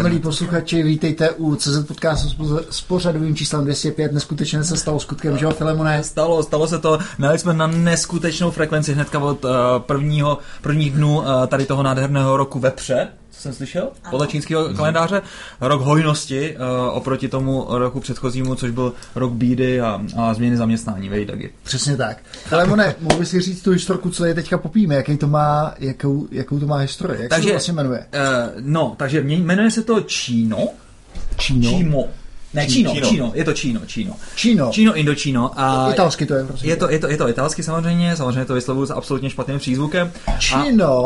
milí posluchači, vítejte u CZ podcastu s pořadovým číslem 205. Neskutečně se stalo skutkem, že jo, Filemone? Stalo se to. Najeli jsme na neskutečnou frekvenci hnedka od prvních dnů tady toho nádherného roku vepře. Co jsem slyšel? Podle čínského kalendáře. Rok hojnosti oproti tomu roku předchozímu, což byl rok bídy a změny zaměstnání. Vej, taky. Přesně tak. Filemone, mohl bys si říct tu historku, co je teďka popíme, jakou to má historii, jak se to vlastně jmenuje? Takže jmenuje se to Číno. Číno. Ne, Číno. Je to Číno. Číno, Indočíno. A italsky to je, prosím. Je to italsky samozřejmě to vyslovuju s absolutně špatným přízvukem. Číno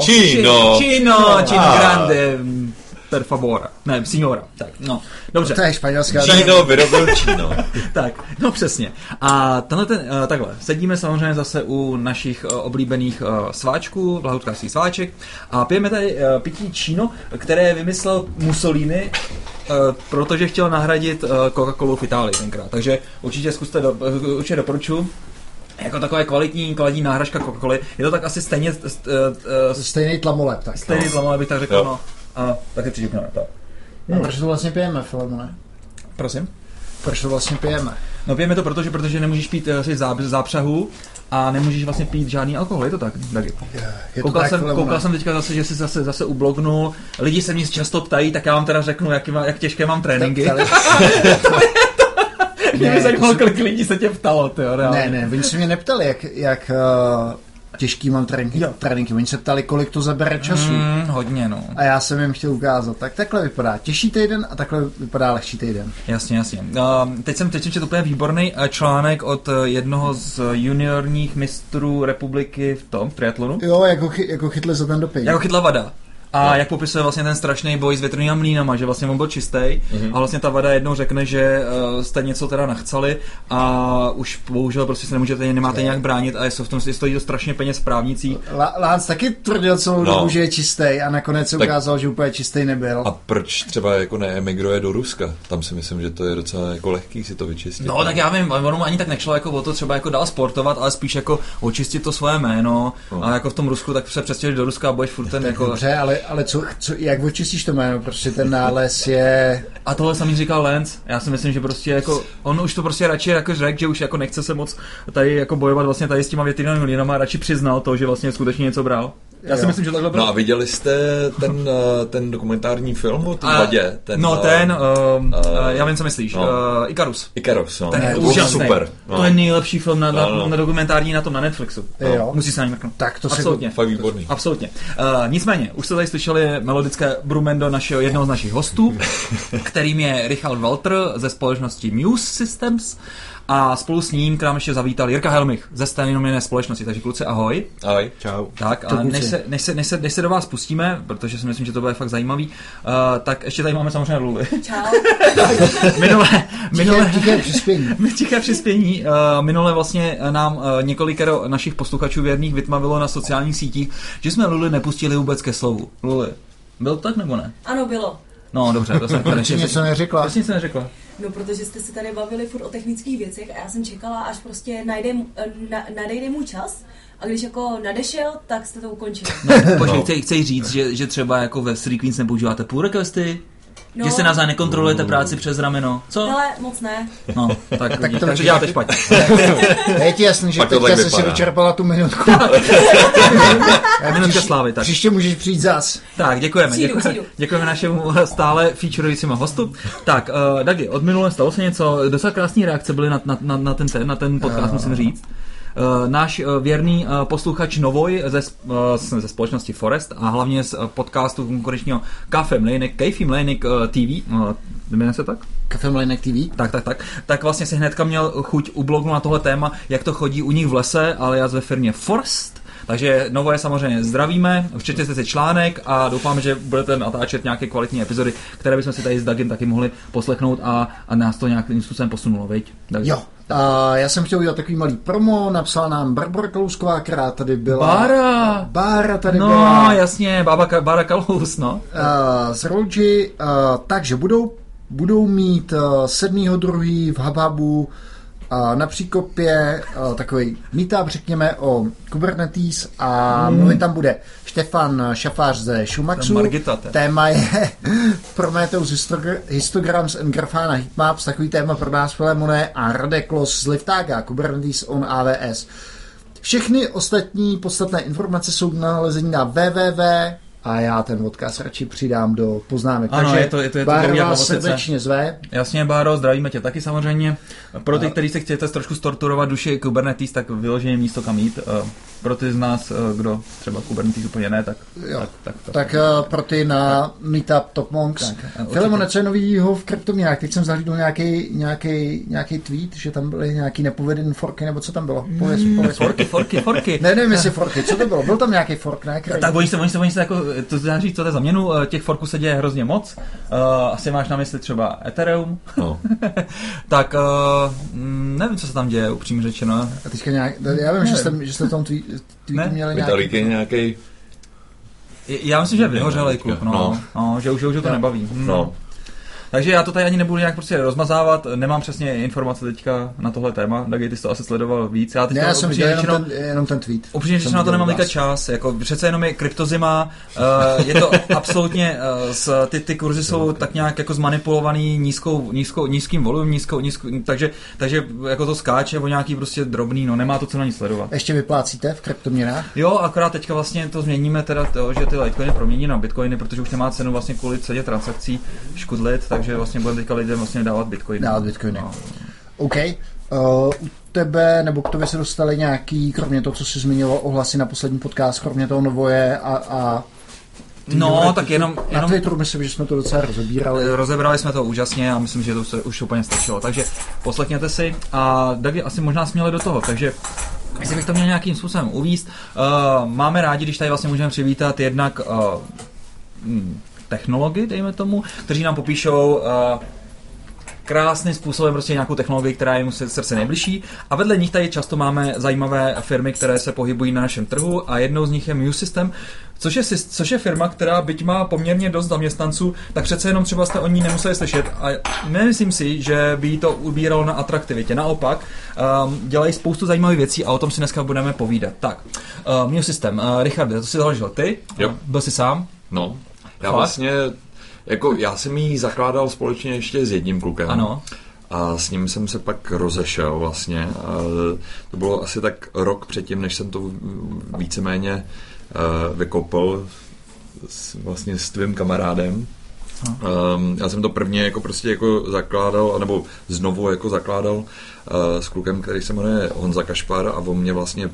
grande, per favore. Ne, signora. Tak, no, dobře. To je španělská. Číno vyrobil Číno. Tak, no přesně. A takhle, sedíme samozřejmě zase u našich oblíbených sváčků, lahutkářských sváček a pijeme tady pití Číno, které vymyslel Mussolini, protože chtěl nahradit Coca-Colu v Itálii tenkrát. Takže určitě určitě doporučuji. Jako takové kvalitní náhražka Coca-Coly. Je to tak asi stejný tlamolep. Tak. Stejný tlamolep bych tak řekl, no. A taky přičukneme to. Proč to vlastně pijeme, Filemone? Prosím? Proč to vlastně pijeme? No pijeme to, protože nemůžeš pít zápřahu a nemůžeš vlastně pít žádný alkohol, je to tak? Koukal jsem teďka zase, že jsi zase ublognul. Lidi se mě často ptají, tak já vám teda řeknu, jak těžké mám tréninky. Mě by zajímalo, kolik lidí se tě ptalo, reálně. Ne, oni se mě neptali, jak těžký mám tréninky. Oni se ptali, kolik to zabere času. Hodně, no. A já jsem jim chtěl ukázat. Tak takhle vypadá těžší týden a takhle vypadá lehčí týden. Jasně. Teď jsem četl úplně výborný článek od jednoho z juniorních mistrů republiky v triatlonu. Jo, jako chytli za ten doping. Jako chytla vada. A jak popisuje vlastně ten strašný boj s větrnýma mlýnama, že vlastně on byl čistý a vlastně ta vada jednou řekne, že jste něco teda nachcali a už bohužel prostě se nemáte nějak bránit a stojí to strašně peněz v právnicích. Lance taky tvrdil celou dobu, že je čistý a nakonec se ukázal, že úplně čistý nebyl. A proč třeba jako neemigruje do Ruska? Tam si myslím, že to je docela jako lehký si to vyčistit. No tak já vím, ono ani tak nešlo jako o to třeba jako dál sportovat, ale spíš jako očistit to svoje jméno a jako v tom Rusku tak se přestěhuješ do Ruska a budeš furt ten jako... Dobře, ale co, jak očistíš to jméno? Prostě ten nález je... A tohle samý říkal Lance. Já si myslím, že prostě jako on už to prostě radši jako řekl, že už jako nechce se moc tady jako bojovat vlastně tady s těma větrnými mlýnama a radši přiznal to, že vlastně skutečně něco bral. Já si myslím, že takhle bylo. No a viděli jste ten dokumentární film o té vadě? Já vím, co myslíš. Icarus, no. Ten je úžasný. Super. To je nejlepší film na dokumentární na Netflixu. Musí se na něj mrknout. Tak to absolutně. Fakt výborný. Absolutně. Nicméně, už jste tady slyšeli melodické brumendo jednoho z našich hostů, kterým je Richard Walter ze společnosti Muse Systems. A spolu s ním k nám ještě zavítal Jirka Helmich ze stejné nominované společnosti, takže kluci ahoj. Ahoj. Čau. Tak a než se do vás pustíme, protože si myslím, že to bude fakt zajímavý, tak ještě tady máme samozřejmě Luli. Čau. Tiché přispění. Minule vlastně nám několikero našich posluchačů věrných vytmavilo na sociálních sítích, že jsme Luli nepustili vůbec ke slovu. Luli, bylo to tak nebo ne? Ano, bylo. No dobře, to jsem konečně něco neřekla. Proč nic neřekla? No, protože jste se tady bavili furt o technických věcech a já jsem čekala, až prostě nadejde mu čas a když jako nadešel, tak jste to ukončili. No, počkej, chci říct, že třeba jako ve Three Queens nepoužíváte pull requesty? No. Že se navzájem nekontrolujete práci přes rameno. Co? Ale moc ne. No, tak to děláte špatně. Je ti jasný, že teďka jsi si vyčerpala tu minutku. Minutka slávy, tak. Příště můžeš přijít zas. Tak, děkujeme. Děkujeme našemu stále featurujícímu hostu. Tak, Dagi, od minule stalo se něco, docela krásné reakce byly na ten podcast, musím říct. Náš věrný posluchač Novoj ze společnosti Forest a hlavně z podcastu konkurenčního Café Mlejnek TV, jmenuje se tak? Café Mlejnek TV? Tak vlastně si hnedka měl chuť ublognul na tohle téma, jak to chodí u nich v lese, ale já ve firmě Forest. Takže Novoje samozřejmě zdravíme, přečtěte si článek a doufáme, že budete natáčet nějaké kvalitní epizody, které bychom si tady s Dagem taky mohli poslechnout a nás to nějakým způsobem posunulo, viď? Jo. Já jsem chtěl udělat takový malý promo, napsala nám Barbara Kalousková, která tady byla. Bára tady byla. No jasně, Bára Kalous, no. Z Rolži, takže budou mít 7.2. v Hababu na Příkopě takový meetup, řekněme, o Kubernetes a mluvit tam bude Štefan Šafář ze Shumaxu. Téma je Prometheus Histograms and Grafana Heatmaps, takový téma pro nás Filemone, a Radek Los z Liftaga, Kubernetes on AWS. Všechny ostatní podstatné informace jsou nalezení na www. A já ten odkaz radši přidám do poznámek. Ano, takže je to Báro vás srdečně zve. Jasně, Báro, zdravíme tě taky samozřejmě. Pro ty, kteří se chcete trošku storturovat duši Kubernetes, tak vyloženě místo kam jít. Pro ty z nás, kdo třeba Kubernetes úplně ne, tak pro ty na Meetup Top Monks. Filemone, co je novýho v kryptoměnách? Teď jsem zahlídl nějaký tweet, že tam byly nějaký nepovedený forky, nebo co tam bylo? Pověz. Forky. Ne, nevím, jestli forky. Co to bylo? Byl tam nějaký fork, ne? Tak oni se jako, to dá říct, co to je za měnu, těch forků se děje hrozně moc. Asi máš na mysli třeba Ethereum. No. Tak nevím, co se tam děje, upřímně řečeno. A teďka já vím, že jste tam tweetu měli nějaký... Já myslím, že vyhořelej klub, že už to nebaví. No. Takže já to tady ani nebudu nějak prostě rozmazávat, nemám přesně informace teďka na tohle téma, Dagi, ty jsi to asi sledoval víc. Já jsem viděl jenom ten tweet. Upřímně řečeno na to nemám teďka čas, jako přece jenom je kryptozima, je to absolutně, ty kurzy jsou tak nějak jako zmanipulovaný nízkým volumem, takže jako to skáče o nějaký prostě drobný, nemá to co na ní sledovat. Ještě vyplácíte v kryptoměnách? Jo, akorát teďka vlastně to změníme teda to, že ty Litecoiny promění na Bitcoiny, protože už nemá cenu vlastně kvůli ceně transakcí škudlit, takže vlastně budeme teďka lidem vlastně dávat Bitcoiny. No. OK. U tebe, nebo k tobě se dostali nějaký, kromě toho, co jsi zmiňoval, ohlasy na poslední podcast, kromě toho Novoje a tak jenom... Na Twitteru myslím, že jsme to docela rozebírali. Rozebrali jsme to úžasně a myslím, že to už úplně stačilo. Takže poslechněte si a Dagi asi možná směli do toho, takže jestli bych to měl nějakým způsobem uvíct, máme rádi, když tady vlastně můžeme přivítat jednak technology, dejme tomu, kteří nám popíšou krásným způsobem prostě nějakou technologii, která je mu srdce nejbližší, a vedle nich tady často máme zajímavé firmy, které se pohybují na našem trhu, a jednou z nich je MuSystem, což je firma, která byť má poměrně dost zaměstnanců, tak přece jenom třeba jste o ní nemuseli slyšet, a nemyslím si, že by jí to ubíralo na atraktivitě. Naopak, dělají spoustu zajímavých věcí a o tom si dneska budeme povídat. Tak, MuSystem, Richarde, to si založil ty? Jo. Byl jsi sám? No, já jsem ji zakládal společně ještě s jedním klukem. Ano. A s ním jsem se pak rozešel vlastně. A to bylo asi tak rok předtím, než jsem to víceméně vykopl vlastně s tvým kamarádem. Já jsem to prvně zakládal, nebo znovu zakládal s klukem, který se jmenuje Honza Kašpar, a on mě vlastně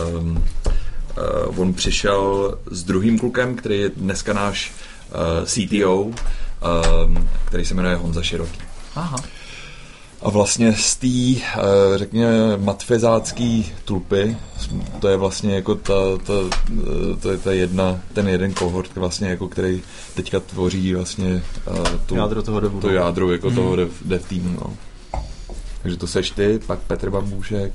on přišel s druhým klukem, který je dneska náš CTO, který se jmenuje Honza Široký. Aha. A vlastně z té, řekněme, matfezácký tulpy, to je vlastně jako ten jeden kohort, vlastně jako, který teďka tvoří vlastně jádro toho devu. To jádro jako toho dev týmu. No. Takže to seš ty, pak Petr Bambůšek.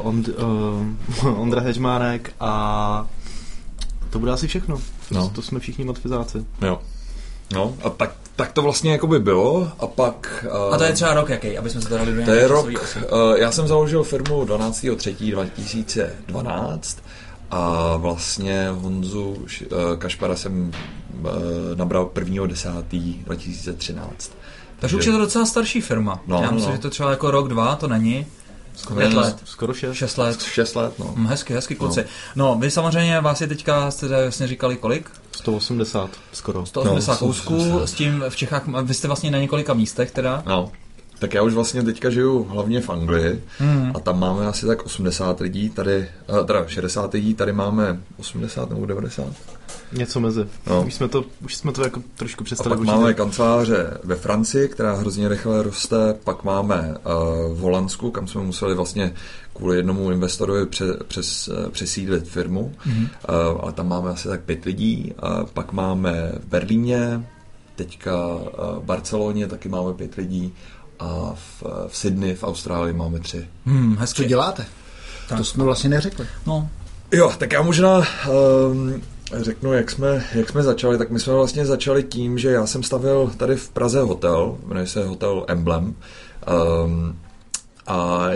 Ondra Heřmánek a to bude asi všechno. To jsme všichni matfizáci. Jo. No a tak to vlastně jako by bylo, a pak... A to je třeba rok jaký, aby jsme se to dali do nějaké časový osy? Já jsem založil firmu 12.3.2012 a vlastně Honzu Kašpara jsem nabral 1.10.2013. Takže už je to docela starší firma. Já myslím, že to třeba jako rok, dva, to není. Skoro 6 let. 6 let, no. Hezky, kluci. No, vy samozřejmě, vás je teďka, jste vlastně říkali kolik? 180 skoro. 180 kousků, s tím v Čechách, vy jste vlastně na několika místech teda. No, tak já už vlastně teďka žiju hlavně v Anglii a tam máme asi tak 80 lidí, teda 60 lidí, tady máme 80 nebo 90. Něco mezi. No. Už jsme to jako trošku přestali. A pak máme kanceláře ve Francii, která hrozně rychle roste, pak máme v Holandsku, kam jsme museli vlastně kvůli jednomu investorovi přesídlit firmu, ale tam máme asi tak 5 lidí, a pak máme v Berlíně, teďka v Barceloně taky máme 5 lidí, a v Sydney v Austrálii máme 3. Co děláte? Tak. To jsme vlastně neřekli. No. Jo, tak já možná řeknu, jak jsme začali. Tak my jsme vlastně začali tím, že já jsem stavil tady v Praze hotel, jmenuje se Hotel Emblem, a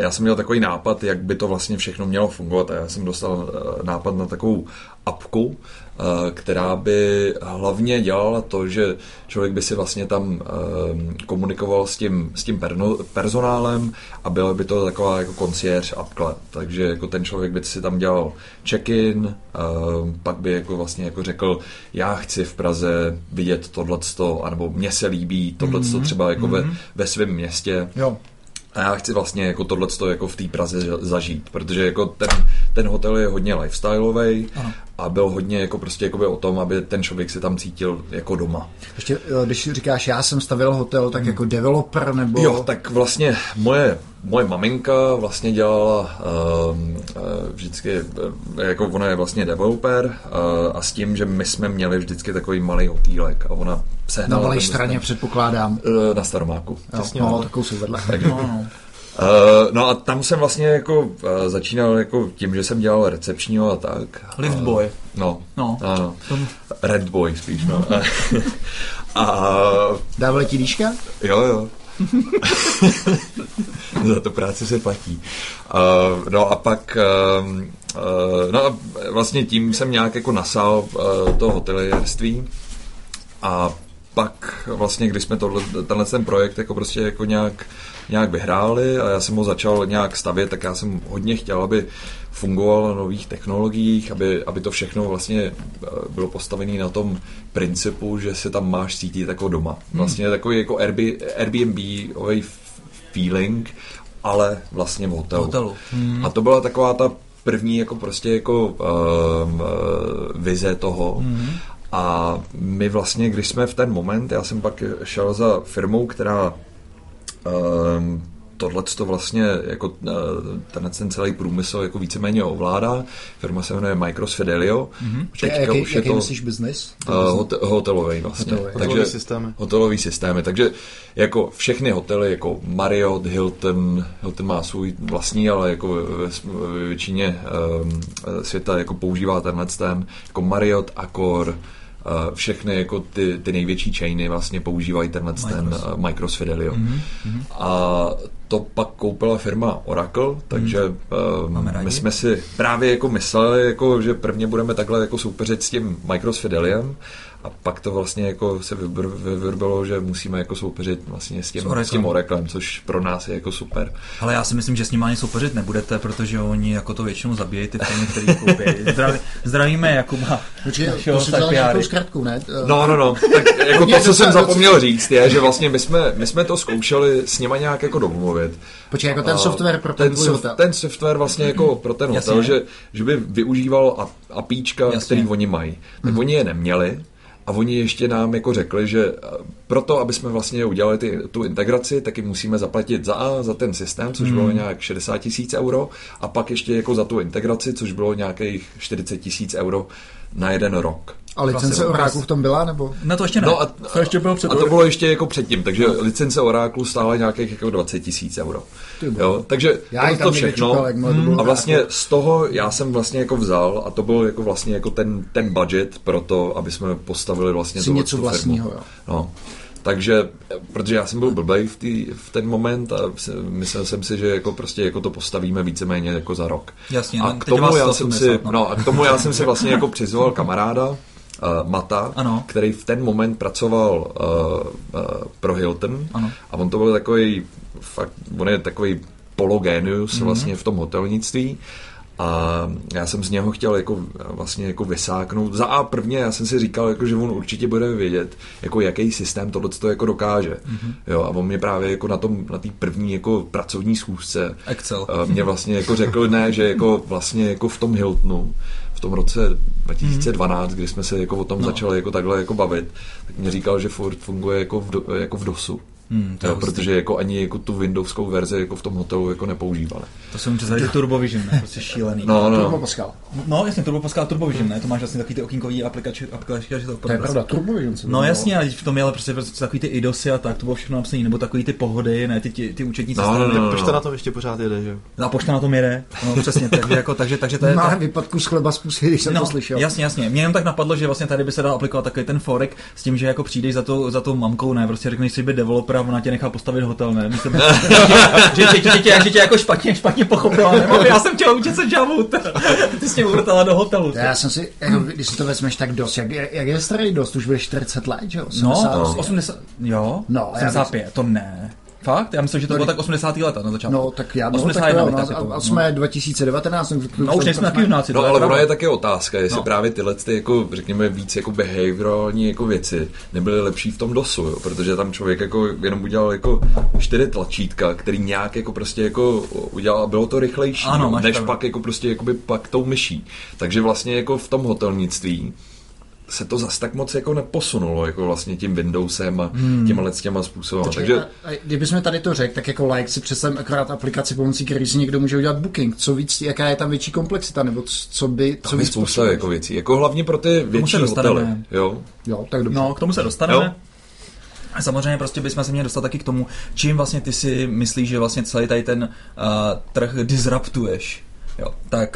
já jsem měl takový nápad, jak by to vlastně všechno mělo fungovat a já jsem dostal nápad na takovou apku, která by hlavně dělala to, že člověk by si vlastně tam komunikoval s tím personálem a byla by to taková jako concierge apka, takže jako ten člověk by si tam dělal check-in, pak by jako vlastně jako řekl, já chci v Praze vidět tohleto, anebo mně se líbí tohleto třeba jako ve svém městě. Jo. A já chci vlastně jako tohleto jako v té Praze zažít, protože jako ten hotel je hodně lifestyleový a byl hodně jako prostě jako o tom, aby ten člověk se tam cítil jako doma. Ještě, když říkáš, já jsem stavěl hotel, tak jako developer nebo... Jo, tak vlastně moje maminka vlastně dělala vždycky, jako ona je vlastně developer a s tím, že my jsme měli vždycky takový malý hotýlek a ona sehnala... Na Malé Straně předpokládám. Na Staromáku. No, takovou jsou vedle. No a tam jsem vlastně jako začínal jako tím, že jsem dělal recepčního a tak. Liftboy. No. Red boy spíš, no. A... Dávali ti dýška? Jo. Za to práci se platí. No a pak no a vlastně tím jsem nějak jako nasál to hotelierství a pak vlastně, když jsme tenhle ten projekt jako prostě jako nějak vyhráli a já jsem ho začal nějak stavět, tak já jsem hodně chtěl, aby fungoval na nových technologiích, aby to všechno vlastně bylo postavené na tom principu, že se tam máš cítit jako doma. Vlastně takový jako Airbnb-ový feeling, ale vlastně v hotelu. A to byla taková ta první jako prostě jako vize toho. A my vlastně, když jsme v ten moment, já jsem pak šel za firmou, která tohleto vlastně jako ten celý průmysl jako víceméně ovládá. Firma se jmenuje Micros Fidelio. Jaký myslíš biznis? Hotelový vlastně. Hotelový systémy. Takže jako všechny hotely, jako Marriott, Hilton má svůj vlastní, ale jako ve většině světa jako používá tenhle systém, jako Marriott, Accor, všechny jako ty největší chainy vlastně používají ten Micros Fidelio. A to pak koupila firma Oracle, takže my jsme si právě jako mysleli, jako, že prvně budeme takhle jako soupeřit s tím Micros Fideliem a pak to vlastně jako se vyvrbilo, že musíme jako soupeřit vlastně s tím Oraclem, což pro nás je jako super. Ale já si myslím, že s nimi ani soupeřit nebudete, protože oni jako to většinou zabíjejí ty firmy, které koupí. Zdravíme Jakuba. To si vzal nějakou zkratku, ne? No. Tak jako to, co jsem zapomněl říct, je, že vlastně my jsme to zkoušeli s nima nějak jako domluvit. Počkej, jako ten software pro ten hotel. Ten software vlastně jako pro ten hotel, že by využíval APIčka, který oni mají. Tak oni je neměli. A oni ještě nám jako řekli, že proto, aby jsme vlastně udělali tu integraci, taky musíme zaplatit za ten systém, což bylo nějak 60 000 euro, a pak ještě jako za tu integraci, což bylo nějakých 40 000 euro na 1 rok. A licence Oracle v tom byla, nebo? No to ještě ne. No to ještě bylo před. A to bylo ještě jako předtím, takže licence Oracle stála nějakých jako 20 000 euro. Jo, takže to všechno. A vlastně z toho já jsem vlastně jako vzal, a to byl jako vlastně jako ten budget pro to, aby jsme postavili vlastně něco vlastního, jo. No. Takže, protože já jsem byl blbej v ten moment a myslel jsem si, že jako prostě jako to postavíme víceméně jako za rok. Jasně, a k tomu já jsem si vlastně jako přizval kamaráda, Mata, který v ten moment pracoval pro Hilton. Ano. A on to byl takový, fakt, on je takový pologenius vlastně v tom hotelnictví. A já jsem z něho chtěl jako vlastně jako vysáknout. Prvně já jsem si říkal, jako, že on určitě bude vědět, jako jaký systém tohleto jako dokáže. Jo, a on mě právě jako na té první jako pracovní schůzce Excel. Mě vlastně jako řekl, že jako vlastně jako v tom Hiltonu v tom roce 2012, kdy jsme se jako o tom začali jako takhle jako bavit, tak mě říkal, že furt funguje jako v DOSu. Protože jako ani jako tu Windowskou verzi jako v tom hotelu jako nepoužívali. To jsem představil TurboVision, ne? Prostě šílený. Turbo Pascal. No jasně, Turbo Pascal, TurboVision, ne? To máš vlastně takový ty okýnkový aplikace, že to je pravda, TurboVision. No jasně, ale v tom je ale prostě takový ty IDOSy a tak, to bylo všechno napsané, nebo takový ty pohody, ne? Ty účetní systémy. Pošta na tom ještě pořád jede, že? A pošta na tom jede. No přesně, takže to je. Má výpadku z chleba způsob, když jsem to slyšel. Jasně. Mě jenom tak napadlo, že vlastně tady by se dal aplikovat takový ten forek s tím, že jako přijdeš za tou mamkou, ne? Prostě řekneš si být developer a ona tě nechal postavit hotel, ne? Myslím, že tě jako špatně pochopila, ne? Já jsem chtěla učit se Javu, ty jsi mě uvrtala do hotelu. Já jsem si, jako, když si to vezmeš tak dost, jak je starý dost, už bude 40 let, že jo? 80, jo? No, 85, to ne. Fakt? Já myslím, že to bylo tak 80. leta na začátku. No, tak já no, tak jo, a jsme 2019. No, už nejsme taky junáci. No, ale ono je také otázka, jestli právě tyhle, jako, řekněme, víc jako behaviorální jako věci nebyly lepší v tom DOSu, jo? Protože tam člověk jako jenom udělal jako 4 tlačítka, který nějak jako prostě jako udělal a bylo to rychlejší, ano, než pak jako prostě jakoby pak tou myší. Takže vlastně jako v tom hotelnictví se to zas tak moc jako neposunulo jako vlastně tím Windowsem a těma způsobem. Takže kdybychom tady to řekl, tak jako like si představím akorát aplikaci, pomocí který si někdo může udělat booking. Co víc, jaká je tam větší komplexita, nebo co by spousta jako věcí. Jako hlavně pro ty větší hotely. Jo, tak dobře. No, k tomu se dostaneme. Jo. A samozřejmě prostě bychom se měli dostat taky k tomu, čím vlastně ty si myslíš, že vlastně celý tady ten trh disruptuješ. Jo, tak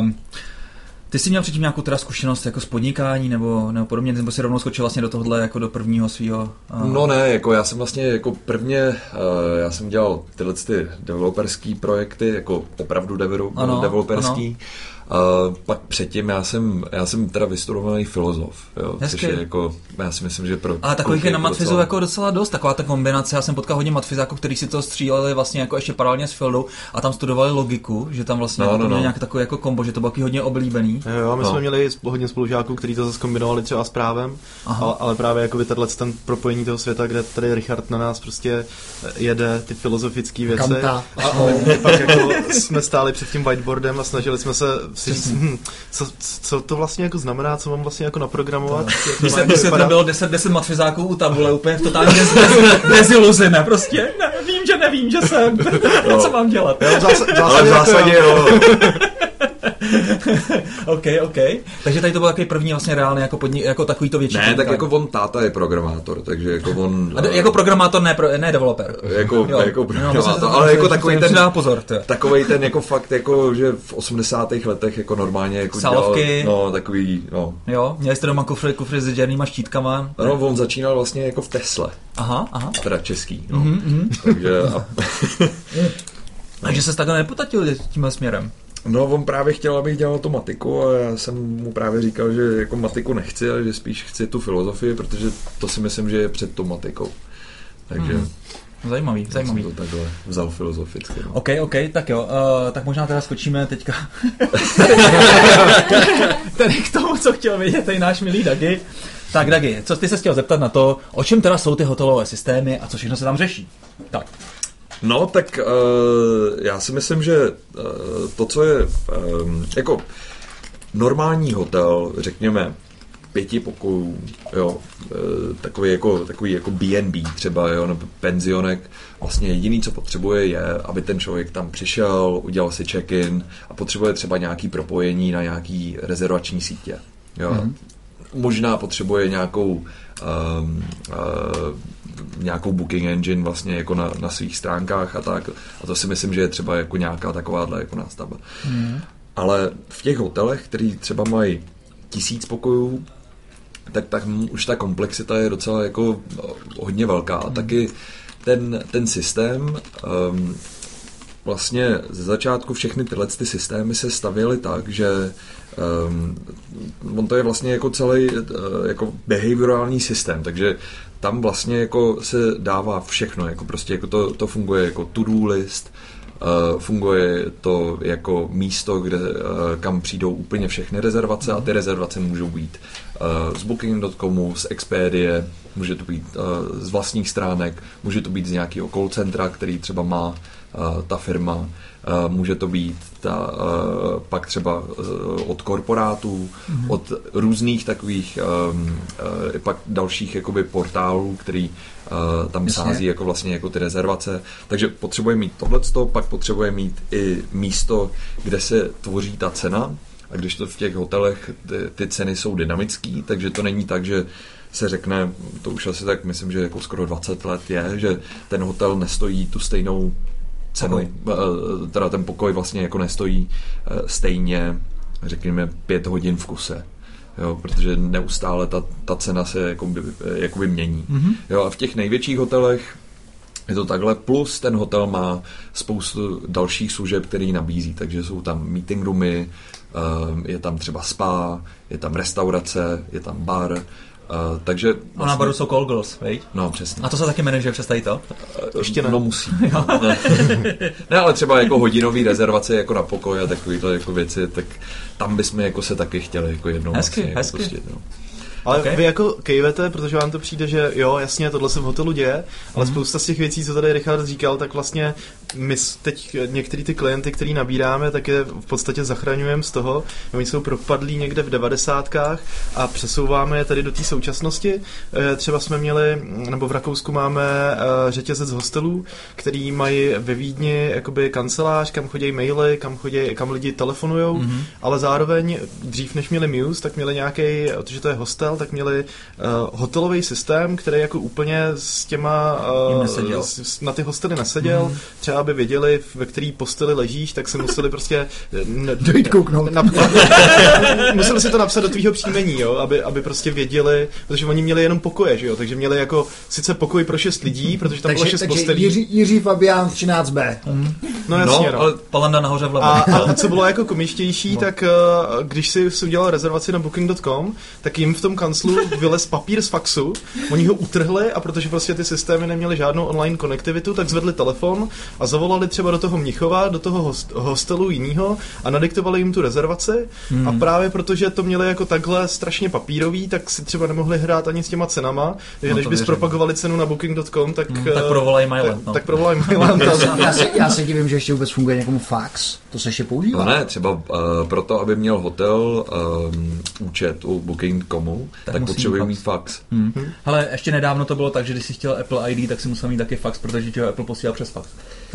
ty jsi měl předtím nějakou teda zkušenost jako s podnikání nebo podobně, nebo si rovnou skočil vlastně do tohohle jako do prvního svýho? No ne, jako já jsem vlastně jako prvně, já jsem dělal tyhle ty developerský projekty, jako opravdu developerský. Pak předtím já jsem teda vystudovaný filozof, jo, což je jako, já si myslím, že pro... A takových je na matfizu jako docela dost, taková ta kombinace, já jsem potkal hodně matfizáků, kteří si to stříleli vlastně jako ještě paralelně s Fieldou a tam studovali logiku, že tam vlastně to mělo nějaké takové jako kombo, že to bylo hodně oblíbený. Jo, my jsme měli hodně spolužáků, kteří to zase kombinovali třeba s právem, ale právě jako ten propojení toho světa, kde tady Richard na nás prostě jede ty filozofické věci. Ale pak jako jsme stáli před tím whiteboardem a snažili jsme se co to vlastně jako znamená, co mám vlastně jako naprogramovat. Když to bylo 10 matfizáků u tabule, úplně v totálně deziluzi, ne, prostě nevím, že jsem, co mám dělat. Ale v zásadě jo. OK. Takže tady to byl takový první vlastně reálný jako takový to větší. Ne, tak jako on táta je programátor, takže jako on... jako programátor, ne developer. Jako programátor, ale jako takový ten... pozor, takovej ten jako fakt, jako, že v 80. letech jako normálně jako Salovky. Dělal, takový, no. Jo, měli jste doma kufry s děrnýma štítkama. No, on začínal vlastně jako v Tesle. Aha. Teda český, no. Takže... Takže se takhle nepotatil tímhle směrem. No, on právě chtěl, abych dělal tu matiku a já jsem mu právě říkal, že jako matiku nechci, ale že spíš chci tu filozofii, protože to si myslím, že je před tou matikou. Takže... Zajímavý. Jsem to takhle vzal filozoficky. No. OK, tak jo. Tak možná teda skočíme teďka tady k tomu, co chtěl vědět tady náš milý Dagi. Tak Dagi, co ty se chtěl zeptat na to, o čem teda jsou ty hotelové systémy a co všechno se tam řeší? Tak. No, tak já si myslím, že to, co je jako normální hotel, řekněme 5 pokojů, jo, takový jako B&B třeba, jo, nebo penzionek, vlastně jediný, co potřebuje, je, aby ten člověk tam přišel, udělal si check-in a potřebuje třeba nějaký propojení na nějaký rezervační sítě, jo. Možná potřebuje nějakou booking engine vlastně jako na svých stránkách a tak. A to si myslím, že je třeba jako nějaká takováhle jako nástavba. Ale v těch hotelech, který třeba mají 1000 pokojů, tak už ta komplexita je docela jako hodně velká. A taky ten systém vlastně ze začátku všechny tyhle systémy se stavěly tak, že on to je vlastně jako celý jako behaviorální systém, takže tam vlastně jako se dává všechno, jako prostě jako to funguje jako to-do list, funguje to jako místo, kam přijdou úplně všechny rezervace a ty rezervace můžou být z Booking.comu, z Expedie, může to být z vlastních stránek, může to být z nějakého call centra, který třeba má ta firma, může to být pak třeba od korporátů, od různých takových pak dalších jakoby portálů, který tam sází jako vlastně jako ty rezervace. Takže potřebuje mít tohleto, pak potřebuje mít i místo, kde se tvoří ta cena, a když to v těch hotelech ty ceny jsou dynamický, takže to není tak, že se řekne, to už asi tak myslím, že jako skoro 20 let je, že ten hotel nestojí tu stejnou cenu, teda ten pokoj vlastně jako nestojí stejně, řekněme 5 hodin v kuse. Jo, protože neustále ta cena se jakoby mění. Jo, a v těch největších hotelech Je to takhle, plus ten hotel má spoustu dalších služeb, který nabízí, takže jsou tam meeting roomy, je tam třeba spa, je tam restaurace, je tam bar, takže... Vlastně... A na baru jsou call girls, veď? No, přesně. A to se taky manažer přes tady to? Ještě ne. No musí. Ne, ale třeba jako hodinový rezervace jako na pokoj a takovýhle jako věci, tak tam bychom jako se taky chtěli jako jednou hezky, vlastně hezky. Jako pustit, no. Ale vy jako kejvete, protože vám to přijde, že jo, jasně, tohle se v hotelu děje, ale spousta z těch věcí, co tady Richard říkal, tak vlastně my teď některý ty klienty, který nabíráme, tak je v podstatě zachraňujeme z toho, oni jsou propadlí někde v 90kách a přesouváme je tady do té současnosti. Třeba jsme měli, nebo v Rakousku máme řetězec hostelů, který mají ve Vídni jakoby kancelář, kam chodí maily, kam lidi telefonujou, ale zároveň dřív než měli Muse, tak měli nějaký, protože to je hostel, tak měli hotelový systém, který jako úplně s těma na ty hostely neseděl. Třeba aby věděli, ve který posteli ležíš, tak se museli prostě dojít kouknout. Museli si to napsat do tvýho příjmení, jo, aby prostě věděli, protože oni měli jenom pokoje, že jo, takže měli jako sice pokoj pro 6 lidí, protože tam bylo 6 postelí. Jiří Fabián 13B. No jasně, ale Palanda nahoře vlevo. A co bylo jako komičtější, tak když si udělal rezervaci na booking.com, tak jim v tom kanclu vylez papír z faxu, oni ho utrhli a protože prostě ty systémy neměly žádnou online konektivitu, tak zvedli telefon a zavolali třeba do toho Mnichova, do toho hostelu jinýho a nadiktovali jim tu rezervaci a právě protože to měli jako takhle strašně papírový, tak si třeba nemohli hrát ani s těma cenama, takže než bys propagovali cenu na booking.com, tak provolají Myland. Tak provolají Myland. Já se divím, že ještě vůbec funguje někomu fax. To se ještě používá. No ne, třeba proto, aby měl hotel účet u Booking.comu, tak potřebuje mít fax. Hele, ještě nedávno to bylo tak, že když jsi chtěl Apple ID, tak si musel mít taky fax, protože ti ho Apple posílal přes fax.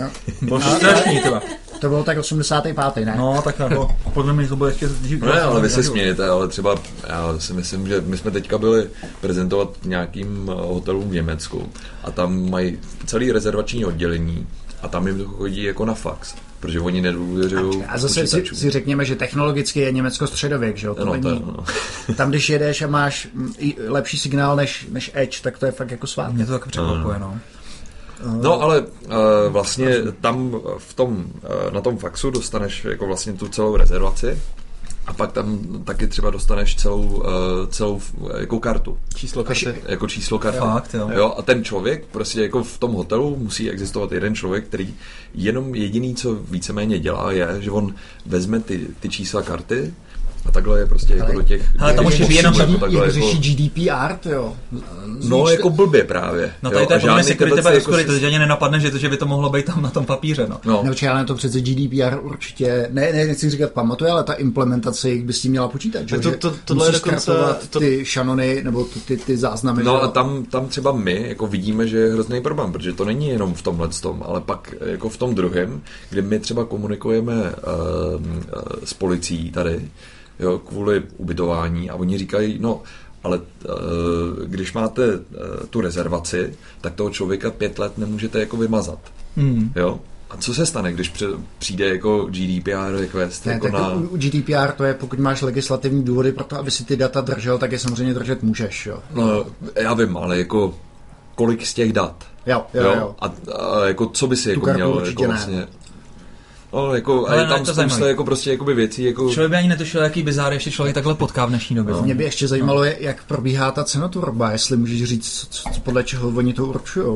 To bylo tak 85. ne? No, tak jako, podle mě to bylo ještě dřív. No ne, ale vy se smějete, ale třeba já si myslím, že my jsme teďka byli prezentovat nějakým hotelům v Německu a tam mají celý rezervační oddělení a tam jim to chodí jako na fax. Protože oni nedůvěřují. A zase si řekněme, že technologicky je Německo středověk, že jo? To není. Tam, když jedeš a máš lepší signál než Edge, tak to je fakt jako svátek. Mě to tak překvapuje, no. No, ale vlastně tam na tom faxu dostaneš jako vlastně tu celou rezervaci a pak tam taky třeba dostaneš celou jako kartu. Číslo karty. Jako číslo karty. Fakt, jo. A ten člověk, prostě jako v tom hotelu musí existovat jeden člověk, který jenom jediný, co víceméně dělá, je, že on vezme ty čísla karty a takhle je prostě jako do těch... Ale tam už je jenom jak řeší GDPR, jo. No, jako blbě právě. No tady to je podle mě security by obscurity, to ani nenapadne, že by to mohlo být tam na tom papíře, no. Nebo ale to přece GDPR určitě, nechci říkat pamatuje, ale ta implementace jich by s tím měla počítat, že? Tohle je dokonce... ty šanony, nebo ty záznamy. No a tam třeba my jako vidíme, že je hrozný problém, protože to není jenom v tomhletom, ale pak jako v tom druhém, kdy my třeba komunikujeme s policií tady, jo, kvůli ubytování a oni říkají, no, ale když máte tu rezervaci, tak toho člověka 5 let nemůžete jako vymazat. Jo? A co se stane, když přijde jako GDPR request? Ne, jako u GDPR to je, pokud máš legislativní důvody pro to, aby si ty data držel, tak je samozřejmě držet můžeš. Jo? No, já vím, ale jako kolik z těch dat? Jo. A jako co by si jako měl jako vlastně... No, jako, ale tam spousta jako prostě jakoby věcí, jako... Člověk by ani netušil, jaký bizár ještě člověk takhle potká v dnešní době. Mě by ještě zajímalo, jak probíhá ta cenotvorba, jestli můžeš říct, co podle čeho oni to určujou.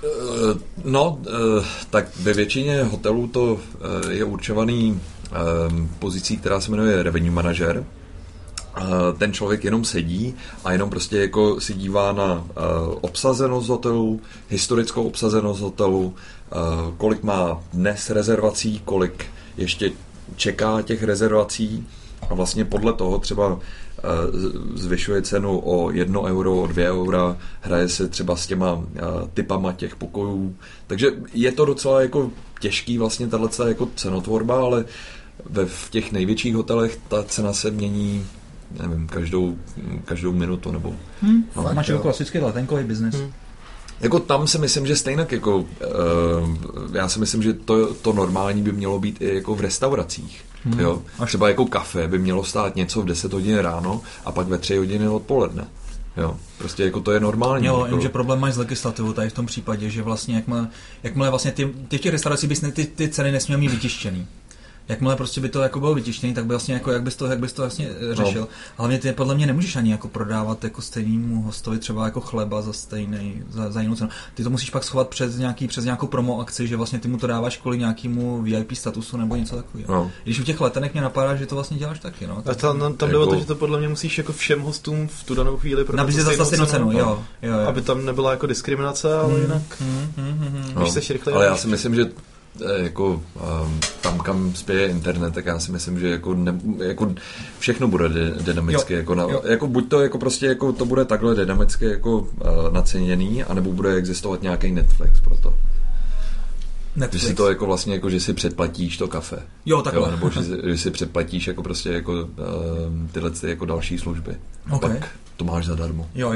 Tak ve většině hotelů to je určovaný pozicí, která se jmenuje revenue manager. Ten člověk jenom sedí a jenom prostě jako si dívá na obsazenost hotelu, historickou obsazenost hotelu, kolik má dnes rezervací, kolik ještě čeká těch rezervací a vlastně podle toho třeba zvyšuje cenu o 1 euro, o 2 eura, hraje se třeba s těma typama těch pokojů, takže je to docela jako těžký vlastně tato jako cenotvorba, ale v těch největších hotelech ta cena se mění, nevím, každou minutu nebo... Máš jako klasický letenkový biznes. Jako tam si myslím, že stejnak jako já si myslím, že to normální by mělo být i jako v restauracích. Jo? Třeba jako kafe by mělo stát něco v 10 hodin ráno a pak ve 3 hodiny odpoledne. Jo, prostě jako to je normální. Jo, jako... jenže problém máš s legislativou tady v tom případě, že vlastně jakmile vlastně těch restaurací bys ty ceny nesměl mít vytištěný. Jakmile prostě by to jako bylo vytištěný, tak by vlastně jako jak bys to vlastně řešil. No. Hlavně ty podle mě nemůžeš ani jako prodávat jako stejnému hostovi třeba jako chleba za jinou cenu. Ty to musíš pak schovat přes nějakou promo akci, že vlastně ty mu to dáváš kvůli nějakému VIP statusu nebo něco takového. No. Když u těch letenek mě napadá, že to vlastně děláš taky, no. Tak tam jde o to, že to podle mě musíš jako všem hostům v tu danou chvíli nabízet za stejnou cenu, jo. Aby tam nebyla jako diskriminace, ale jinak. Ale já si myslím, že jako tam, kam spěje internet, tak já si myslím, že jako všechno bude dynamicky, jako buď to jako prostě jako to bude takhle dynamicky jako naceněný, anebo bude existovat nějaký Netflix pro to. Netflix. Že si to jako vlastně jako, že si předplatíš to kafe. Jo, takhle. Nebo že si předplatíš jako prostě jako tyhle jako další služby. Okay. Pak to máš zadarmo. Jo.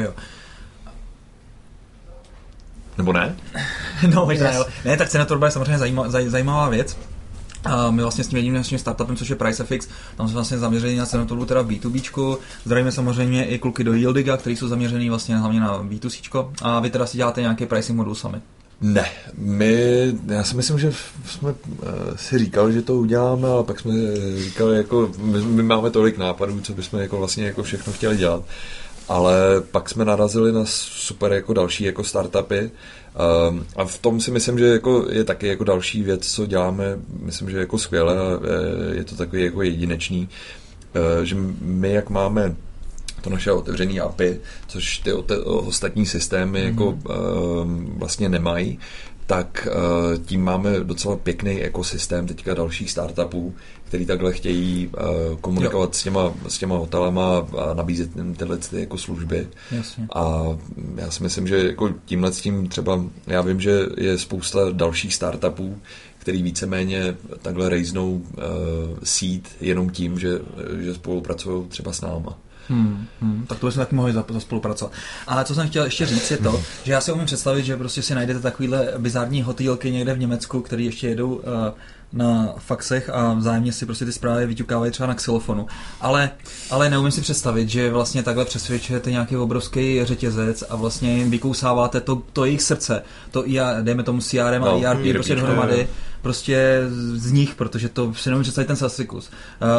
Nebo ne? No, možná jo. Ne, tak Cenotvorba je samozřejmě zajímavá věc. My vlastně s tím jedním naším startupem, což je PriceFX, tam jsme vlastně zaměření na cenotvorbu teda v B2Bčku. Zdravíme samozřejmě i kluky do Yieldiga, který jsou zaměřený vlastně hlavně na B2Cčko. A vy teda si děláte nějaký pricing modul sami? Ne, já si myslím, že jsme si říkali, že to uděláme, ale pak jsme říkali, jako my máme tolik nápadů, co bychom jako vlastně jako všechno chtěli dělat. Ale pak jsme narazili na super jako další jako startupy a v tom si myslím, že jako je taky jako další věc, co děláme, myslím, že jako skvěle, je to takový jako jedinečný, že my jak máme to naše otevřené API, což ty ostatní systémy jako vlastně nemají, tak tím máme docela pěkný ekosystém teďka dalších startupů, který takhle chtějí komunikovat s těma hotelama a nabízet tyhle jako služby. Jasně. A já si myslím, že jako tímhle s tím třeba, já vím, že je spousta dalších startupů, který víceméně takhle rejznou seed jenom tím, že spolupracují třeba s náma. Tak to bychom taky mohli zaspolupracovat. Ale co jsem chtěl ještě říct je to, že já si umím představit, že prostě si najdete takovýhle bizarní hotýlky někde v Německu, který ještě jedou na faxech a vzájemně si prostě ty zprávy vyťukávají třeba na xylofonu. Ale neumím si představit, že vlastně takhle přesvědčujete nějaký obrovský řetězec a vlastně jim vykousáváte to jejich srdce, dejme tomu CRM a ERP prostě dohromady, prostě z nich, protože to si nemůžu představit ten sasikus.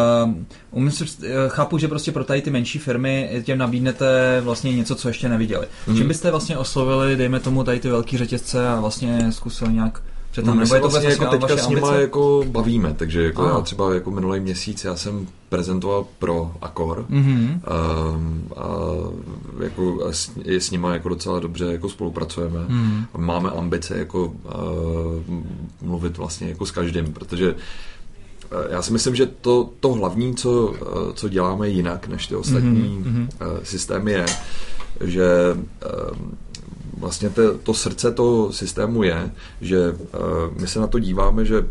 Chápu, že prostě pro tady ty menší firmy těm nabídnete vlastně něco, co ještě neviděli. Čím byste vlastně oslovili, dejme tomu tady ty velký řetězce a vlastně zkusili nějak my se vlastně jako teďka s nima jako bavíme, takže jako já třeba jako minulý měsíc já jsem prezentoval pro Accor a jako s nima jako docela dobře jako spolupracujeme. Máme ambice jako mluvit vlastně jako s každým, protože já si myslím, že to hlavní, co děláme jinak než ty ostatní systémy je, že vlastně to srdce toho systému je, že my se na to díváme, že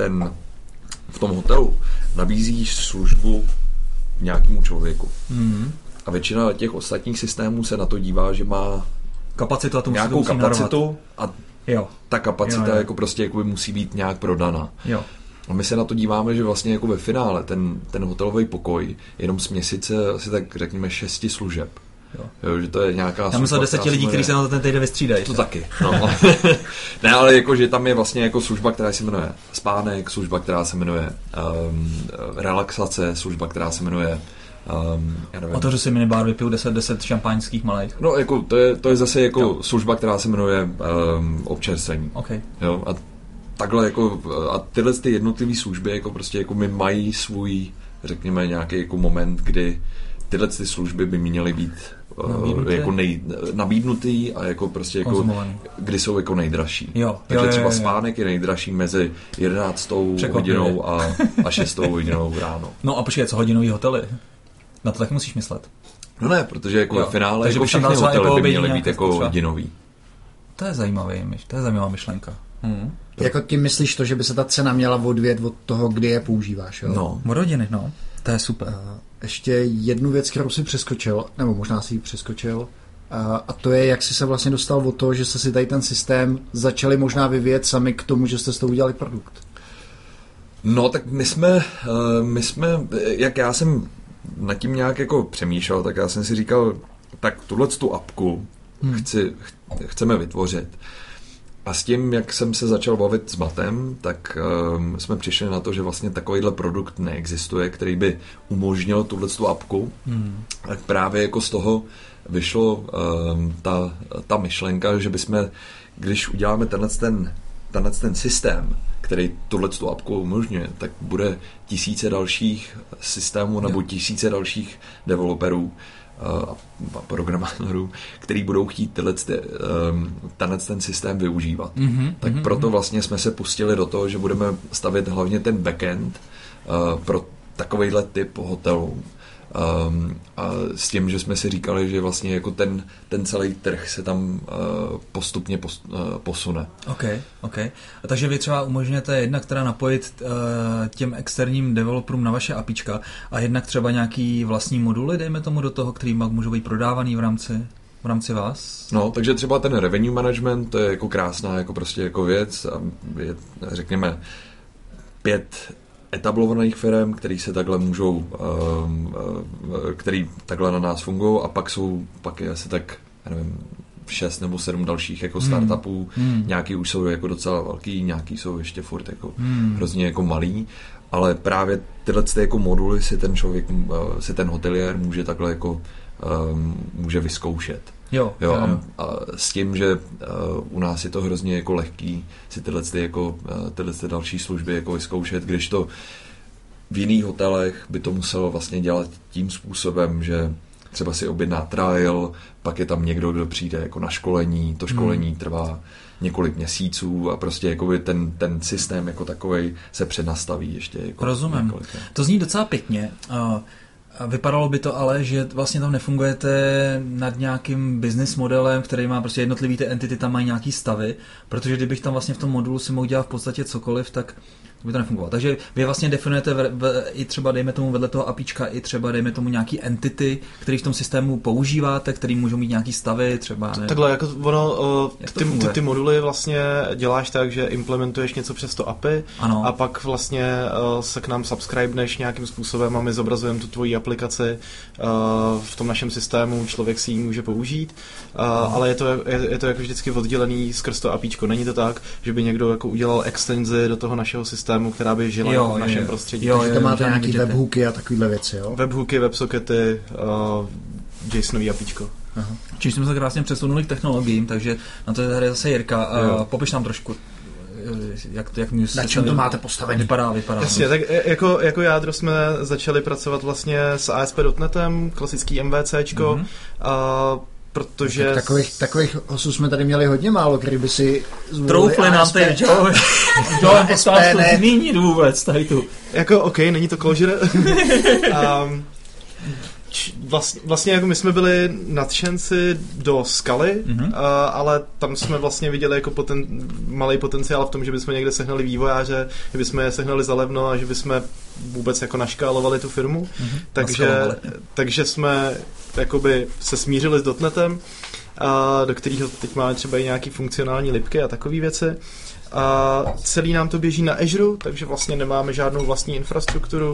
v tom hotelu nabízíš službu nějakému člověku. A většina těch ostatních systémů se na to dívá, že má kapacitu a to nějakou kapacitu a ta kapacita jako prostě jako musí být nějak prodaná. Jo. A my se na to díváme, že vlastně jako ve finále ten hotelový pokoj jenom směsice asi tak řekněme 6 služeb. Jo, že to je nějaká... Já myslel 10 lidí, kteří se na ten týden vystřídají. To taky, no. Ne, ale jako, že tam je vlastně jako služba, která se jmenuje spánek, služba, která se jmenuje relaxace, služba, která se jmenuje to, že si minibar vypiju 10 šampaňských malých. No, jako, to je zase jako služba, která se jmenuje občerstvení. Okay. Jo, a takhle jako, a tyhle ty jednotlivé služby jako prostě jako my mají svůj, řekněme, nějaký jako moment, kdy tyhle ty služby by měly být jako nabídnutý a jako prostě jako, kdy jsou jako nejdražší. Takže třeba spánek je nejdražší mezi 11. hodinou a 6. hodinou ráno. No a počkej, co hodinový hotely? Na to tak musíš myslet. No ne, protože jako ve finále jako všechny hotely by měly být jako hodinový. To je zajímavá myšlenka. Jako tím myslíš to, že by se ta cena měla odvět od toho, kdy je používáš, jo? No, od rodiny, no. To je super. Ještě jednu věc, kterou si přeskočil, nebo možná si ji přeskočil, a to je, jak jsi se vlastně dostal od toho, že jste si tady ten systém začali možná vyvíjet sami k tomu, že jste s toho udělali produkt. No, tak my jsme, jak já jsem nad tím nějak jako přemýšlel, tak já jsem si říkal, tak tuhletu apku chceme vytvořit. A s tím, jak jsem se začal bavit s Matem, tak jsme přišli na to, že vlastně takovýhle produkt neexistuje, který by umožnil tuhletu apku. Tak právě jako z toho vyšlo ta myšlenka, že bychom, když uděláme tenhle ten systém, který tuhletu apku umožňuje, tak bude tisíce dalších systémů nebo tisíce dalších developerů a programátorů, který budou chtít ten systém využívat. Tak proto vlastně jsme se pustili do toho, že budeme stavět hlavně ten backend pro takovejhle typ hotelů. A s tím, že jsme si říkali, že vlastně jako ten celý trh se tam postupně posune. OK. A takže vy třeba umožňujete jednak teda napojit těm externím developerům na vaše APIčka a jednak třeba nějaký vlastní moduly, dejme tomu do toho, který můžou být prodávaný v rámci vás? No, takže třeba ten revenue management, to je jako krásná jako prostě jako věc a je, řekněme, 5 etablovaných firm, který se takhle můžou, který takhle na nás fungují a pak je asi tak, já nevím, 6 nebo 7 dalších jako startupů. Nějaký už jsou jako docela velký, nějaký jsou ještě furt jako hrozně jako malý, ale právě tyhle jako moduly si ten hotelier může takhle jako může vyzkoušet. Jo. A s tím, že u nás je to hrozně jako lehký si tyhle další služby jako vyzkoušet, když to v jiných hotelech by to muselo vlastně dělat tím způsobem, že třeba si objedná trial, pak je tam někdo, kdo přijde jako na školení, to školení trvá několik měsíců a prostě jakoby ten systém jako takovej se přenastaví ještě. Jako rozumím. Několik. To zní docela pěkně. Vypadalo by to ale, že vlastně tam nefungujete nad nějakým business modelem, který má prostě jednotlivý ty entity, tam mají nějaký stavy, protože kdybych tam vlastně v tom modulu si mohl dělat v podstatě cokoliv, tak by to nefungovalo. Takže vy vlastně definujete i třeba dejme tomu vedle toho APIčka i třeba dejme tomu nějaký entity, který v tom systému používáte, který můžou mít nějaký stavy, třeba ne. Takhle jako ono ty moduly vlastně děláš tak, že implementuješ něco přes to API a pak vlastně se k nám subscribeneš nějakým způsobem a my zobrazujeme tu tvoji aplikaci v tom našem systému, člověk si ji může použít, ale je to jako vždycky oddělený skrz to APIčko. Není to tak, že by někdo jako udělal extenzi do toho našeho systému, která by žila v našem prostředí. Takže tam máte nějaký webhooky a takovýhle věci, jo? Webhooky, websockety, JSONový APIčko. Čiže jsme se krásně přesunuli k technologiím, takže na to je tady zase Jirka. Popiš nám trošku, jak na čem to máte postavený? Vypadá. Jasně, tak jako jádro jsme začali pracovat vlastně s ASP.NETem, klasický MVCčko, protože... Takových hostů jsme tady měli hodně málo, který by si troufli nám tady, zmínit vůbec tady tu. Jako, OK, není to Clojure. Vlastně jako my jsme byli nadšenci do Skaly, ale tam jsme vlastně viděli jako malý potenciál v tom, že bychom někde sehnali vývojáře, že bychom je sehnali za levno a že bychom vůbec jako naškálovali tu firmu. Takže jsme jakoby se smířili s .NETem, do kterého teď máme třeba i nějaký funkcionální lipky a takové věci. A celý nám to běží na Azure, takže vlastně nemáme žádnou vlastní infrastrukturu.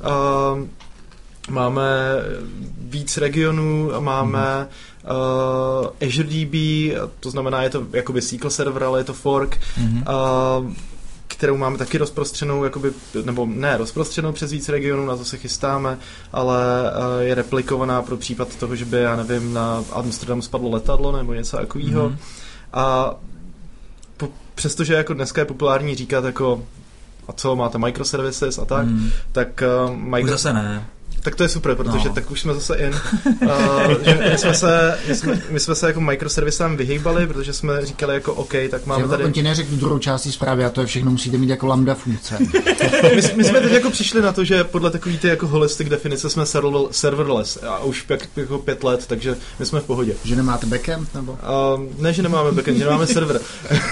Máme víc regionů, máme Azure DB, to znamená, je to jakoby SQL server, ale je to fork, kterou máme taky rozprostřenou, jakoby, nebo ne rozprostřenou přes víc regionů, na to se chystáme, ale je replikovaná pro případ toho, že by, já nevím, na Amsterdam spadlo letadlo nebo něco takového. A přestože jako dneska je populární říkat jako a co, máte microservices a tak, tak už zase ne. Tak to je super, protože tak už jsme zase my jsme se jako microservisem vyhýbali, protože jsme říkali jako OK, tak máme tady... On ti neřekl druhou část zprávy a to je všechno musíte mít jako lambda funkce. my jsme teď jako přišli na to, že podle takový ty jako holistic definice jsme serverless a už jako 5 let, takže my jsme v pohodě. Že nemáte backend nebo? Ne, že nemáme backend, že nemáme server.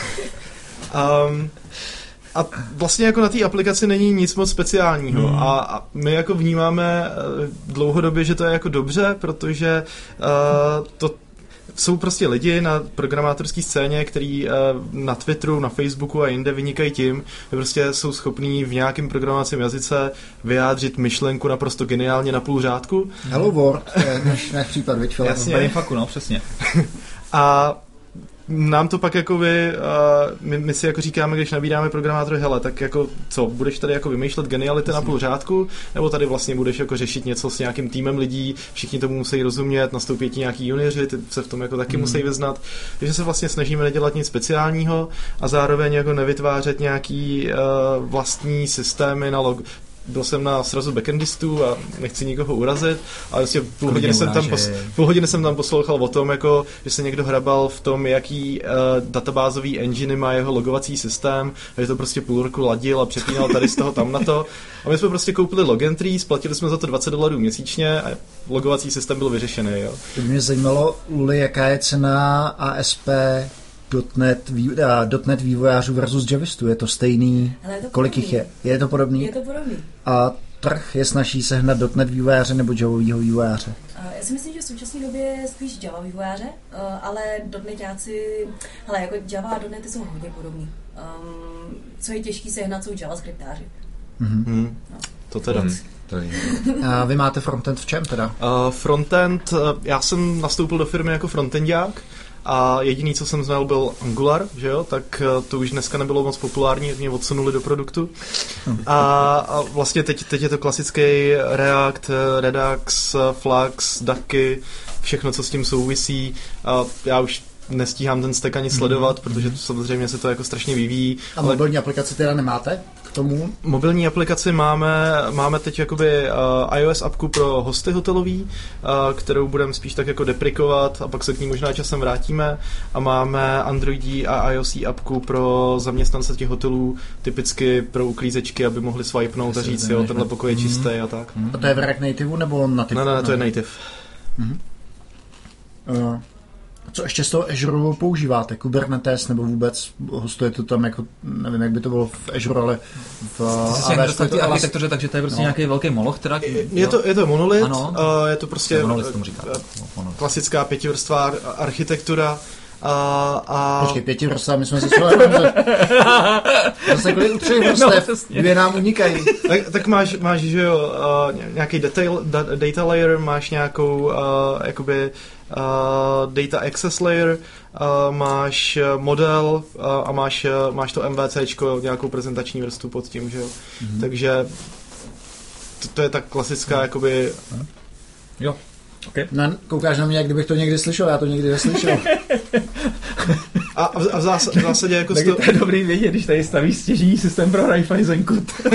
A vlastně jako na té aplikaci není nic moc speciálního a my jako vnímáme dlouhodobě, že to je jako dobře, protože jsou prostě lidi na programátorské scéně, který na Twitteru, na Facebooku a jinde vynikají tím, že prostě jsou schopní v nějakém programovacím jazyce vyjádřit myšlenku naprosto geniálně na půl řádku. Hello World, náš případ, viď? Jasně, faku, no, přesně. A nám to pak jakoby, my si jako říkáme, když nabídáme programátory, hele, tak jako co, budeš tady jako vymýšlet geniality na půl řádku, nebo tady vlastně budeš jako řešit něco s nějakým týmem lidí, všichni tomu musí rozumět, nastoupí ti nějaký junioři, ty se v tom jako taky musí vyznat, takže se vlastně snažíme nedělat nic speciálního a zároveň jako nevytvářet nějaký vlastní systémy na byl jsem na srazu backendistů a nechci nikoho urazit, ale vlastně půl hodiny jsem tam poslouchal o tom, jako, že se někdo hrabal v tom, jaký databázový engine má jeho logovací systém, a že to prostě půl roku ladil a přepínal tady z toho tam na to. A my jsme prostě koupili Logentry, splatili jsme za to $20 měsíčně a logovací systém byl vyřešený. Jo. To mě zajímalo, Uli, jaká je cena ASP .NET vývojářů versus javistů. Je to stejný? Kolik jich je? Je to podobný? Je to podobný. A trh je snaží sehnat .NET vývojáře nebo javovýho vývojáře? Já si myslím, že v současné době je spíš Java vývojáře, ale .NETáci, hele, jako Java a .NET jsou hodně podobný. Co je těžký sehnat, jsou JavaScriptáři. No. To teda. A vy máte frontend v čem teda? Frontend, já jsem nastoupil do firmy jako frontendák, a jediný, co jsem znal, byl Angular, že jo, tak to už dneska nebylo moc populární, mě odsunuli do produktu. A vlastně teď je to klasický React, Redux, Flux, Ducky, všechno, co s tím souvisí. A já už nestíhám ten stack ani sledovat, protože samozřejmě se to jako strašně vyvíjí. A mobilní aplikaci teda nemáte k tomu? Mobilní aplikaci máme teď jakoby iOS appku pro hosty hotelový, kterou budeme spíš tak jako deprekovat a pak se k ní možná časem vrátíme, a máme Androidí a iOS appku pro zaměstnance těch hotelů, typicky pro uklízečky, aby mohli swipenout a říct, jo, tenhle pokoj je čistý a tak. A to je v React Native nebo native? Ne, to je native. Co ještě z toho Azure používáte? Kubernetes nebo vůbec hostuje to tam jako, nevím, jak by to bylo v Azure, ale v AWS to je architektuře, takže to je prostě nějaký velký moloch, teda. Je to monolit, ano. Je to prostě klasická pětivrstvá architektura. Počkej, 5 vrstev, my jsme se svěděli, zase kvůli u 3 vrstev, dvě nám unikají. Tak máš že jo, nějaký data layer, máš nějakou jakoby data access layer, máš model a máš to MVCčko, nějakou prezentační vrstvu pod tím, že jo. Takže to je tak klasická jakoby. Jo. Okay. No, koukáš na mě, jak kdybych to někdy slyšel, já to někdy neslyšel. A v zásadě jako tak to je dobrý vědět, když tady staví stěžení systém pro Raiffeisenku.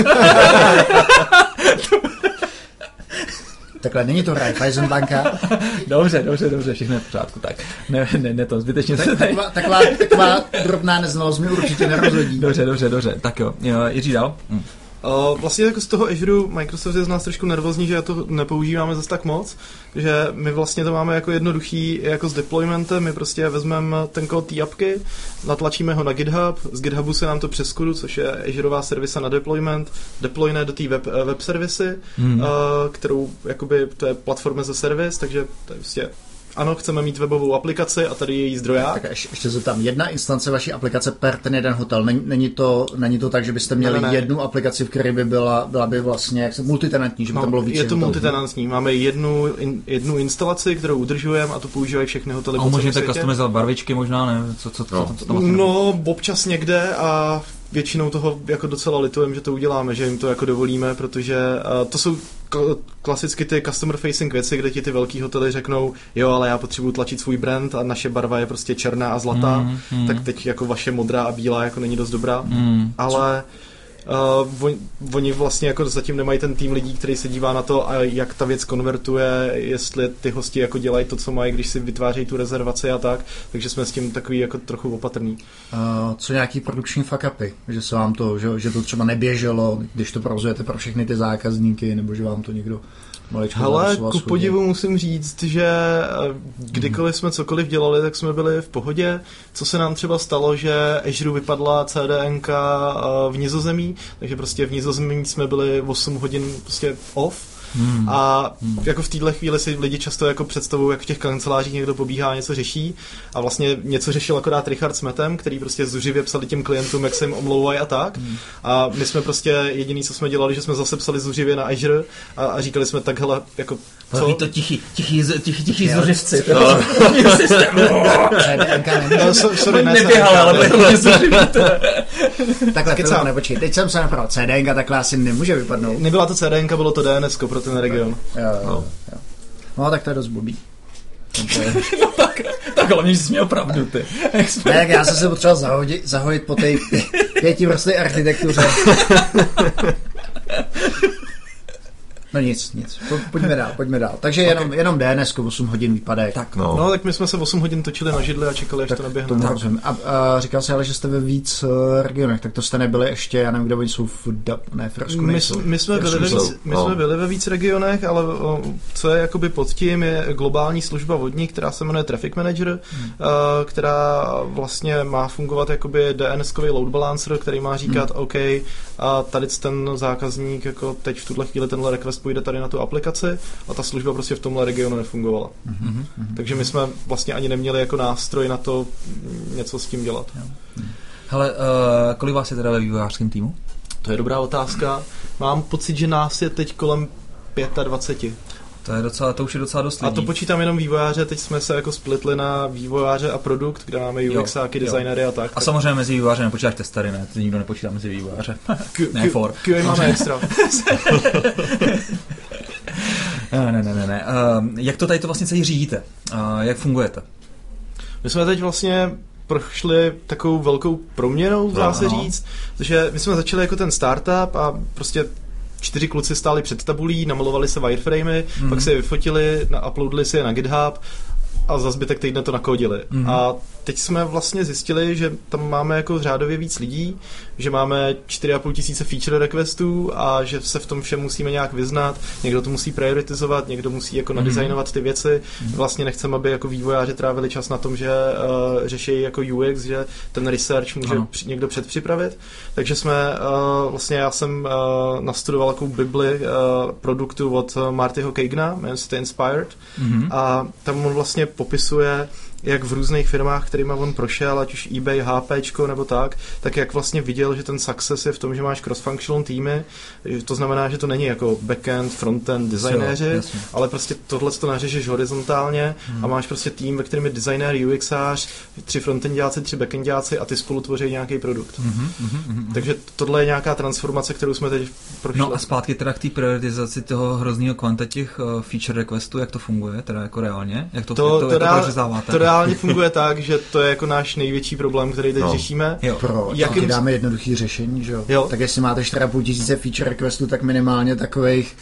Takhle, není to Raiffeisenbanka. Dobře, všechno je v pořádku, tak. Ne to, zbytečně se tady. Taková drobná neznalost mi určitě nerozhodí. Dobře, tak jo, Jiří dál. Vlastně jako z toho Azure Microsoft je z nás trošku nervózní, že to nepoužíváme zase tak moc, že my vlastně to máme jako jednoduchý jako s deploymentem, my prostě vezmeme ten kód té apky, natlačíme ho na GitHub, z GitHubu se nám to přes Kudu, což je Azureová servisa na deployment, deployne do té web servisy, kterou jakoby, to je platforma za servis, takže to je prostě ano, chceme mít webovou aplikaci a tady je její zdroják. Tak ještě zeptám, jedna instance vaší aplikace per ten jeden hotel. Není to tak, že byste měli jednu aplikaci, v které by byla by vlastně jak se multitenantní, že by tam bylo více. Je to multitenantní. Máme jednu instalaci, kterou udržujeme a to používají všechny hotely. A můžete customizovat barvičky možná, ne? Co tam no, občas někde a většinou toho jako docela litujeme, že to uděláme, že jim to jako dovolíme, protože to jsou klasicky ty customer facing věci, kde ti ty velký hotely řeknou, jo, ale já potřebuji tlačit svůj brand a naše barva je prostě černá a zlatá, tak teď jako vaše modrá a bílá jako není dost dobrá, ale oni vlastně jako zatím nemají ten tým lidí, který se dívá na to, a jak ta věc konvertuje, jestli ty hosti jako dělají to, co mají, když si vytvářejí tu rezervaci a tak, takže jsme s tím takový jako trochu opatrný. Co nějaký produkční fuck-upy? Že se vám to, že to třeba neběželo, když to provozujete pro všechny ty zákazníky, nebo že vám to někdo hele, ku podivu musím říct, že kdykoliv jsme cokoliv dělali, tak jsme byli v pohodě. Co se nám třeba stalo, že Azure vypadla CDNka v Nizozemí, takže prostě v Nizozemí jsme byli 8 hodin prostě off A jako v téhle chvíli si lidi často jako představují, jak v těch kancelářích někdo pobíhá, něco řeší a vlastně něco řešil akorát Richard s Mattem, který prostě zuřivě psali těm klientům, jak se jim omlouvají a tak. A my jsme prostě jediný, co jsme dělali, že jsme zase psali zuřivě na Azure a říkali jsme tak, hele, jako co? To tichý zuřivci. Neběhal, ale takhle, Filip, nepočkej, teď jsem se napravil. CDNka takhle asi nemůže vypadnout. Nebyla to CDNka, bylo to DNSko pro ten region. Jo. No tak to je dost blbý. Tak hlavně, že jsi měl pravdu, ty. Ne, tak já jsem se potřeboval zahodit po té 5vrstvové architektuře. No nic. Pojďme dál. Takže jenom DNS 8 hodin výpadek. Tak, no, tak my jsme se 8 hodin točili na židli a čekali, až to naběhne. A říkal jsi ale, že jste ve víc regionech, tak to jste nebyli ještě, já nevím, kde oni jsou v Rusku nejsou. My jsme byli ve víc regionech, ale co je jakoby pod tím, je globální služba vodní, která se jmenuje Traffic Manager, která vlastně má fungovat jakoby DNS-kový load balancer, který má říkat, OK, a tady ten zákazník, jako teď v tuhle chvíli tenhle request půjde tady na tu aplikaci a ta služba prostě v tomhle regionu nefungovala. Takže my jsme vlastně ani neměli jako nástroj na to něco s tím dělat. Hele, kolik vás je teda ve vývojářském týmu? To je dobrá otázka. Mám pocit, že nás je teď kolem 25. To už je docela dost lidí. A to počítám jenom vývojáře, teď jsme se jako splitli na vývojáře a produkt, kde máme UXáky, designery a tak. A samozřejmě mezi vývojáře nepočítáš testery, ne? Ty nikdo nepočítá mezi vývojáře. Ne, for. QA máme extra. Ne. Jak to tady to vlastně celý řídíte? Jak fungujete? My jsme teď vlastně prošli takovou velkou proměnou, dá se říct, že my jsme začali jako ten startup a prostě 4 kluci stáli před tabulí, namalovali se wireframey, pak si je vyfotili, uploadili si je na GitHub a za zbytek týdne to nakodili. A teď jsme vlastně zjistili, že tam máme jako řádově víc lidí, že máme 4,5 tisíce feature requestů a že se v tom všem musíme nějak vyznat. Někdo to musí prioritizovat, někdo musí jako nadizajnovat ty věci. Vlastně nechceme, aby jako vývojáři trávili čas na tom, že řeší jako UX, že ten research může někdo předpřipravit. Takže jsme vlastně já jsem nastudoval takovou bibli produktu od Martyho Kagna, jmenuje se to Inspired, a tam on vlastně popisuje, jak v různých firmách, kterými on prošel, ať už eBay, HPčko nebo tak jak vlastně viděl, že ten success je v tom, že máš cross-functional týmy, to znamená, že to není jako backend, frontend, designéři, ale prostě tohle to nařežeš horizontálně a máš prostě tým, ve kterém je designér, UXář, 3 frontendáci, 3 backendáci a ty spolu tvoří nějaký produkt. Takže tohle je nějaká transformace, kterou jsme teď prošli. No a zpátky teda k té prioritizaci toho hrozného kvanta těch feature requestů, jak to funguje, teda jako reálně? Jak to prořezáváte? To reálně funguje tak, že to je jako náš největší problém, který teď řešíme. Jakým dáme jednoduchý řešení, že jo? Tak jestli máte 4,5 tisíce feature requestů, tak minimálně takových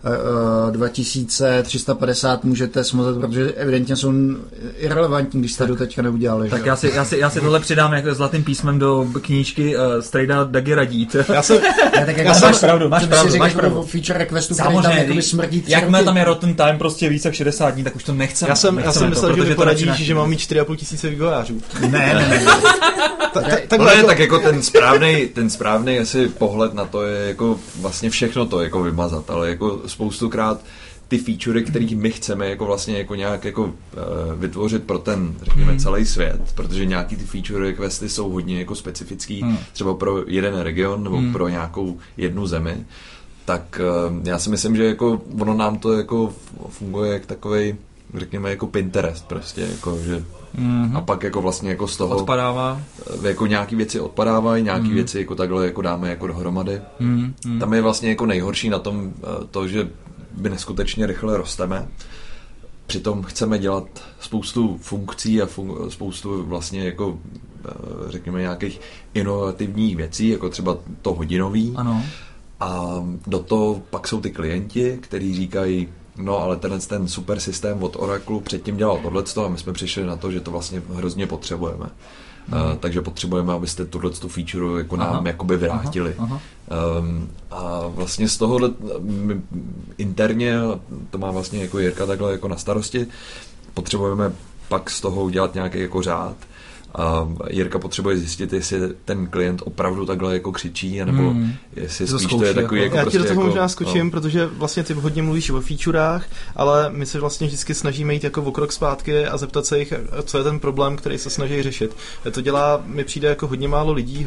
2350 můžete smazat, protože evidentně jsou irrelevantní, když jste to teďka neudělali. Tak já si tohle přidám jako zlatým písmem do knížky Strejda Dagi radít. Máš pravdu. Feature requestu, který tam jakoby smrdí 3 jakmile tam je rotten time prostě víc jak 60 dní, tak už to nechceme. Já jsem myslel, že mi poradíš, že mám mít 4,5 tisíce vývojářů. Ne. Tak jako ten správný asi pohled na to je jako vlastně všechno to jako vymazat, ale jako spoustukrát ty featurey, který my chceme jako vlastně jako nějak jako vytvořit pro ten, řekněme, celý svět, protože nějaký ty feature requesty jsou hodně jako specifický, třeba pro jeden region nebo pro nějakou jednu zemi, tak já si myslím, že jako ono nám to jako funguje jak takovej, řekněme, jako Pinterest prostě, jako že a pak jako vlastně jako z toho odpadává. Jako nějaký věci odpadávají, nějaký věci jako takhle jako dáme jako dohromady. Tam je vlastně jako nejhorší na tom to, že my neskutečně rychle rosteme. Přitom chceme dělat spoustu funkcí a spoustu vlastně jako řekněme nějakých inovativních věcí, jako třeba to hodinový. Ano. A do toho pak jsou ty klienti, kteří říkají, no ale ten super systém od Oracle předtím dělal tohleto a my jsme přišli na to, že to vlastně hrozně potřebujeme. Takže potřebujeme, abyste tuto feature jako nám jakoby vrátili. A vlastně z tohohle interně, to má vlastně jako Jirka takhle jako na starosti, potřebujeme pak z toho udělat nějaký jako řád A Jirka potřebuje zjistit, jestli ten klient opravdu takhle jako křičí, nebo jestli spíš to je takový jako já prostě ti do toho jako, možná skočím, protože vlastně ty hodně mluvíš o featurách, ale my se vlastně vždycky snažíme jít jako o krok zpátky a zeptat se jich, co je ten problém, který se snaží řešit. To dělá, mi přijde jako hodně málo lidí,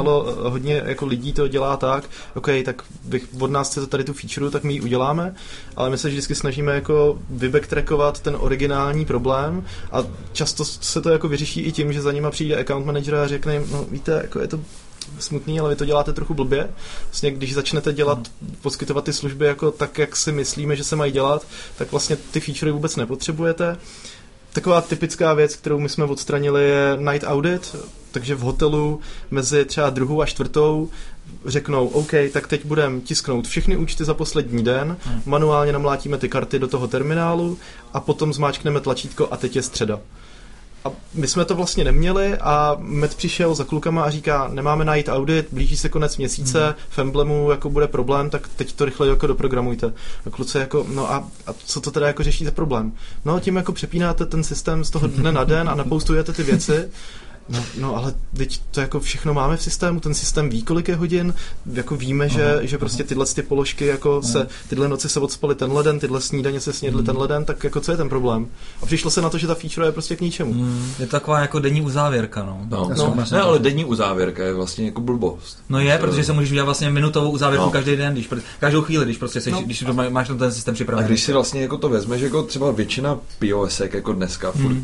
hodně jako lidí to dělá tak, OK, tak od nás chcete tady tu feature, tak my ji uděláme, ale my se vždycky snažíme jako vybacktrackovat ten originální problém a často se to jako vyřeší i tím, že za nima přijde account manager a řekne jim, no víte, jako je to smutný, ale vy to děláte trochu blbě. Vlastně když začnete poskytovat ty služby jako tak, jak si myslíme, že se mají dělat, tak vlastně ty featurey vůbec nepotřebujete. Taková typická věc, kterou my jsme odstranili, je night audit, takže v hotelu mezi třeba 2. a 4. řeknou, OK, tak teď budeme tisknout všechny účty za poslední den, manuálně namlátíme ty karty do toho terminálu a potom zmáčkneme tlačítko a teď je středa. A my jsme to vlastně neměli a Matt přišel za klukama a říká, nemáme night audit, blíží se konec měsíce, v Emblemu jako bude problém, tak teď to rychle jako doprogramujte. A kluci jako, no a co to teda jako řešíte problém? No tím jako přepínáte ten systém z toho dne na den a napoustujete ty věci. No ale teď to jako všechno máme v systému, ten systém ví, kolik je hodin, jako víme, že prostě tyhle ty položky, jako tyhle noci se odspaly tenhle den, tyhle snídaně se snědly tenhle den, tak jako co je ten problém? A přišlo se na to, že ta feature je prostě k ničemu. Je to taková jako denní uzávěrka, Ne, ale denní uzávěrka je vlastně jako blbost. No je, protože se můžeš udělat vlastně minutovou uzávěrku každý den, každou chvíli, když prostě když máš ten systém připravený. A když si vlastně jako to vezmeš, jako třeba většina POSek jako dneska, furt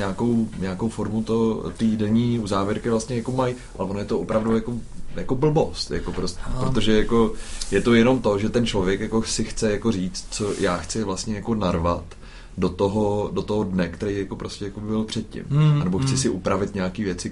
nějakou formu to denní uzávěrky vlastně jako mají, ale ono je to opravdu jako blbost, jako prostě, protože jako je to jenom to, že ten člověk jako si chce jako říct, co já chci vlastně jako narvat do toho dne, který jako prostě jako byl předtím. Nebo chci si upravit nějaký věci,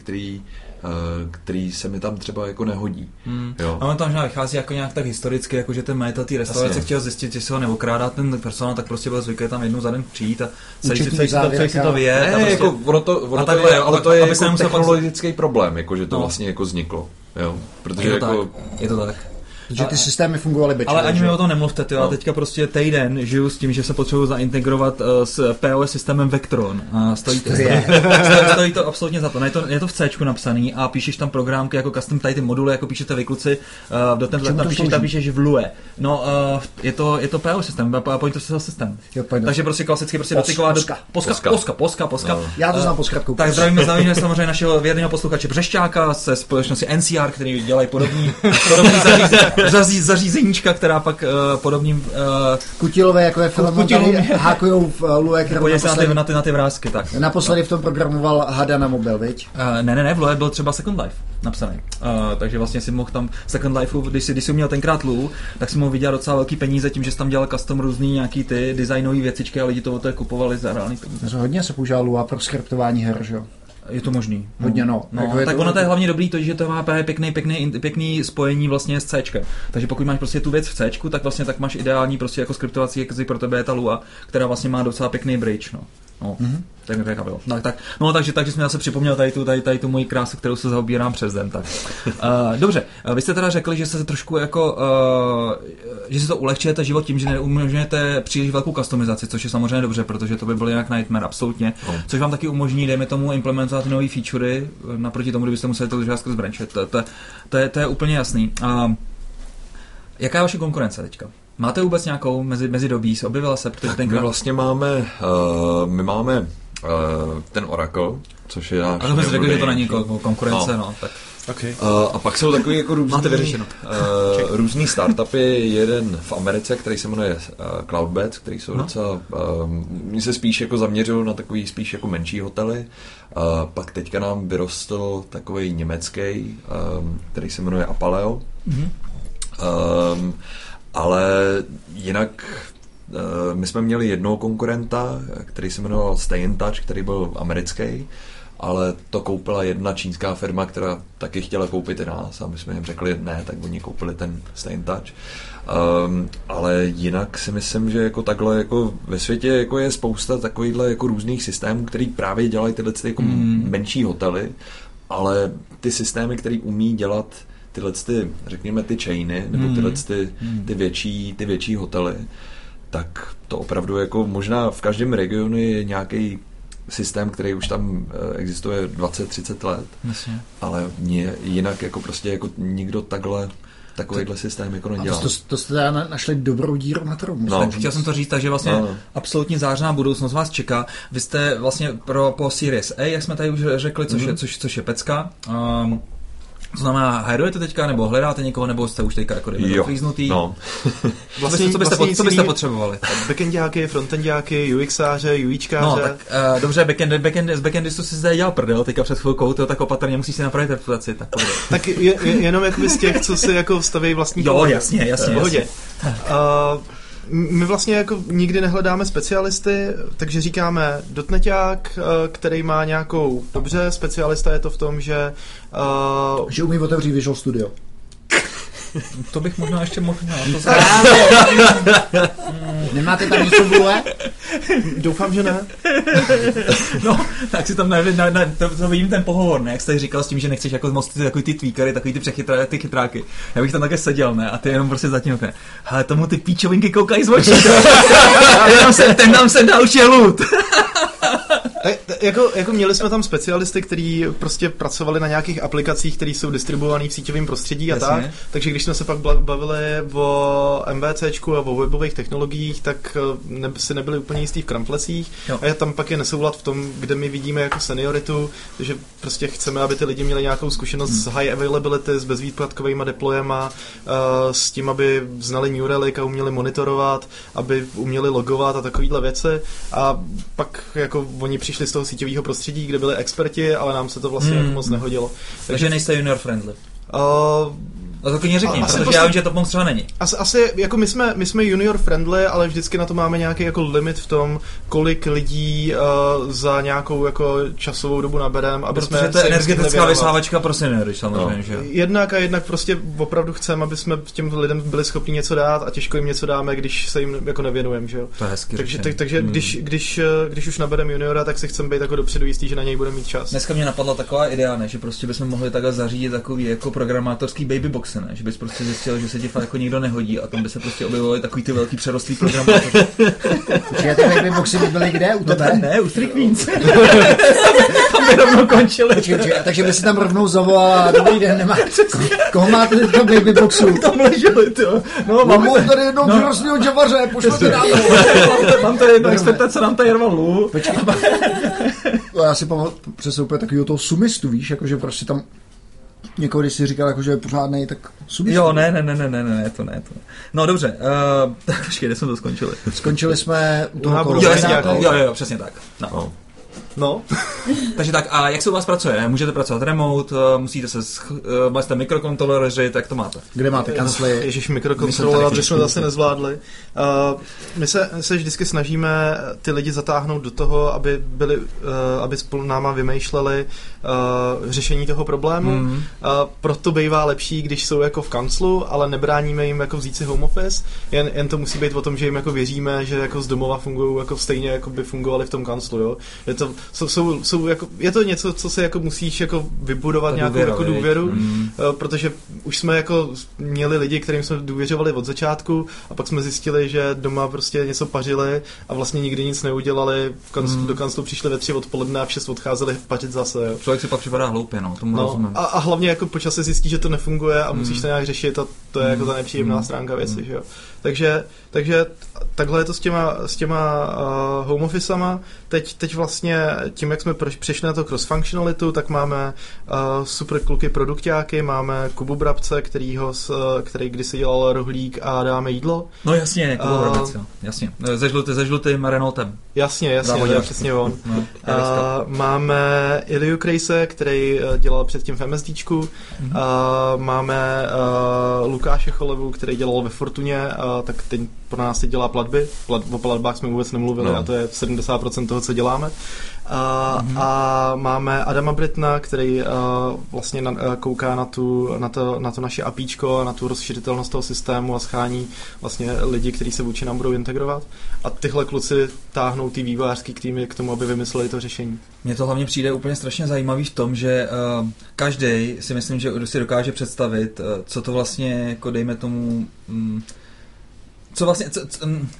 který se mi tam třeba jako nehodí. Jo. A on tam vychází jako nějak tak historicky, jako že ten majitel té restaurace chtěl zjistit, že se ho neokrádá ten personál, tak prostě byl zvyklý tam jednou za den přijít a celý si to vyjet. Ne, jako ono to je jako technologický problém, jako že to vlastně jako vzniklo. Jo. Protože je to tak. Protože ty systémy fungovaly bečově. Ale ani mi o tom nemluvte, já teďka prostě týden žiju s tím, že se potřebuji zaintegrovat s POS systémem Vectron a stojí to absolutně za to. Je to v C napsaný a píšeš tam programky jako custom tady ty moduly, jako píšete vy kluci, do ten tam píšeš v Lue. No, je to POS systém, Pointer System. Takže prostě klasicky dotyková Poska. Já to znám po zkratku. Tak zdravíme samozřejmě našeho věrného posluchače Břešťáka ze společnosti NCR, který dělají podobný zařízeníčka, která pak podobným kutilové, jako je film, hákujou v Lue, kterou na ty vrásky, tak. Naposledy v tom programoval Hada na mobil, viď? Ne, v Lue byl třeba Second Life napsaný. Takže vlastně si mohl tam Second Life, když jsi měl tenkrát Lue, tak si mohl vydělat docela velký peníze tím, že jsi tam dělal custom různý nějaký ty designové věcičky a lidi to kupovali za reálný peníze. Hodně se používá Lua pro skriptování her, že jo? Je to možný. Hodně, tak ono to je hlavně dobrý to, že to má pěkný spojení vlastně s Cčkem. Takže pokud máš prostě tu věc v Cčku, tak vlastně tak máš ideální prostě jako skriptovací jazyk pro tebe je ta Lua, která vlastně má docela pěkný bridge, Takže jsi mi zase připomněl tady tu moji krásu, kterou se zaobírám přes den. Tak. Dobře, vy jste teda řekli, že se trošku jako, že si to ulehčujete život tím, že neumožňujete příliš velkou customizaci, což je samozřejmě dobře, protože to by byl jinak nightmare, absolutně. Což vám taky umožní, dejme tomu, implementovat nové featurey, naproti tomu, kdybyste museli to držet skrz branche. To je úplně jasný. Jaká je vaše konkurence teďka? Máte vůbec nějakou mezidobí, se objevila se? My vlastně máme, ten Oracle, což je náš... Ale to bys řekl, že to není konkurence, tak... Okay. A pak jsou takový jako různý startupy, jeden v Americe, který se jmenuje Cloudbeds, který jsou docela, my se spíš jako zaměřují na takový spíš jako menší hotely. Pak teďka nám vyrostl takový německý, který se jmenuje Apaleo. Ale jinak my jsme měli jednoho konkurenta, který se jmenoval Stay in Touch, který byl americký, ale to koupila jedna čínská firma, která taky chtěla koupit i nás a my jsme jim řekli ne, tak oni koupili ten Stay in Touch. Ale jinak si myslím, že jako takhle jako ve světě jako je spousta takovýchhle jako různých systémů, který právě dělají tyhle jako menší hotely, ale ty systémy, který umí dělat tyhle řekněme ty chainy, nebo tyhle ty větší hotely, tak to opravdu jako možná v každém regionu je nějaký systém, který už tam existuje 20-30 let, Jasně. ale jinak jako prostě jako nikdo takovýhle systém jako nedělá. To jste teda našli dobrou díru na trhu. Chtěl jsem to říct, takže vlastně absolutně zářná budoucnost vás čeká. Vy jste vlastně po Series A, jak jsme tady už řekli, což je pecka. To znamená, hajrujete teďka, nebo hledáte někoho, nebo jste už teďka jako frýznutý? No. Co byste potřebovali? Backendiáky, frontendiáky, UXáře, UIčkáře. No, tak dobře, z backendistu si zde dělal prdel, teďka před chvilkou, to tak opatrně musíš si napravit reputaci. Tak jenom jakoby z těch, co si jako staví vlastní Jo, jasně. Pohodě. My vlastně jako nikdy nehledáme specialisty, takže říkáme dotneťák, který má nějakou dobře, specialista je to v tom, že umí otevřít Visual Studio. To bych možná ještě mohl. Nemáte tam něco vůle? Doufám, že ne. No, tak si tam to vidím ten pohovor, ne? Jak jsi tady říkal s tím, že nechceš jako moc takový ty tweakery, takový ty chytráky. Já bych tam také seděl, ne? A ty jenom prostě zatím úplně, hele, tomu ty píčovinky koukají z očí. Ten nám se dá už je lud. Jako měli jsme tam specialisty, kteří prostě pracovali na nějakých aplikacích, které jsou distribuované v síťovém prostředí a tak. Takže když jsme se pak bavili o MVCčku a o webových technologiích, tak si nebyli úplně jistý v kramflecích. A tam pak je nesoulad v tom, kde my vidíme jako senioritu, že prostě chceme, aby ty lidi měli nějakou zkušenost s high availability, s bezvýpadkovýma deployema, s tím, aby znali New Relic a uměli monitorovat, aby uměli logovat a takovýhle věci. A pak jako oni přišli z toho síťového prostředí, kde byli experti, ale nám se to vlastně moc nehodilo. Takže nejste junior friendly. No to klidně řekni, protože já vím, že to moc třeba není. Asi jako my jsme junior friendly, ale vždycky na to máme nějaký jako limit v tom, kolik lidí za nějakou jako časovou dobu nabereme, aby protože jsme to je energetická vysávačka pro seniory, samozřejmě, že? Jednak prostě opravdu chceme, aby jsme těm lidem byli schopni něco dát a těžko jim něco dáme, když se jim jako nevěnujeme, že jo? To je hezky. Takže když už nabereme juniora, tak si chceme být jako dopředu jistý, že na něj budeme mít čas. Dneska mě napadla taková idea, ne, že prostě bychom mohli takhle zařídit takový jako programátorský baby box, ne? Že bys prostě zjistil, že se ti fakt jako nikdo nehodí a tam by se prostě objevovaly takový ty velký přerostlý programátoři. Počkej, ty baby boxy by byly kde? U tebe? Ne, u Street Queens. Tam by rovnou končili. Takže by si tam rovnou zavolala, dobrý den, nemá. Koho máte teďka baby boxu? Tam leželi, tyjo. No, mám tady jednou přerostlýho džavaře, pošlete nám to. Mám tady jedno experta, co nám tady rval lů. Počkej. Já si pamatuju přesně úplně takovýho toho sumistu, víš, jakože prostě tam někoho, když si říkal, jako, že je pořádnej, tak sumistu. Jo, ne, to ne. No dobře, tak počkej, kde jsme to skončili? Skončili jsme u toho Jo, přesně tak. No. Takže tak, a jak se u vás pracuje? Můžete pracovat remote, musíte máte mikrokontroleři, tak to máte. Kde máte kancly? Ježiš, mikrokontroleři jsme zase nezvládli. My se vždycky snažíme ty lidi zatáhnout do toho, aby spolu náma vymýšleli řešení toho problému. Proto bývá lepší, když jsou jako v kanclu, ale nebráníme jim jako vzít si home office, jen to musí být o tom, že jim jako věříme, že jako z domova fungují jako stejně, jako by fungovali v tom kanclu, jo. Je to něco, co se jako musíš jako vybudovat nějakou jako důvěru, protože už jsme jako měli lidi, kterým jsme důvěřovali od začátku a pak jsme zjistili, že doma prostě něco pařili a vlastně nikdy nic neudělali, do kanclu přišli ve 3 odpoledne a v 6 odcházeli pařit zase. Jo. Člověk si pak připadá hloupě, tomu rozumím. A hlavně jako po čase zjistí, že to nefunguje a musíš to nějak řešit a to je jako ta nepříjemná stránka věci, že jo. Takže takhle je to s těma home officeama. Teď vlastně tím, jak jsme přešli na to cross-functionalitu, tak máme super kluky produkťáky, máme Kubu Brabce, který kdysi dělal rohlík a dáme jídlo. No jasně, Kubu Brabce, jasně. Ze žlutým Renaultem. Jasně, to je přesně on. Máme Iliu Krejse, který dělal předtím v MSDčku. Máme Lukáše Cholevu, který dělal ve Fortuně, tak teď pro nás teď dělá platby. O platbách jsme vůbec nemluvili a to je 70% toho, co děláme. A máme Adama Britna, který vlastně kouká na to naše APIčko, na tu rozšířitelnost toho systému a schání vlastně lidi, kteří se vůči nám budou integrovat. A tyhle kluci táhnou ty vývojářský týmy k tomu, aby vymysleli to řešení. Mně to hlavně přijde úplně strašně zajímavý v tom, že každý si myslím, že si dokáže představit, co to vlastně, jako dejme tomu, co vlastně...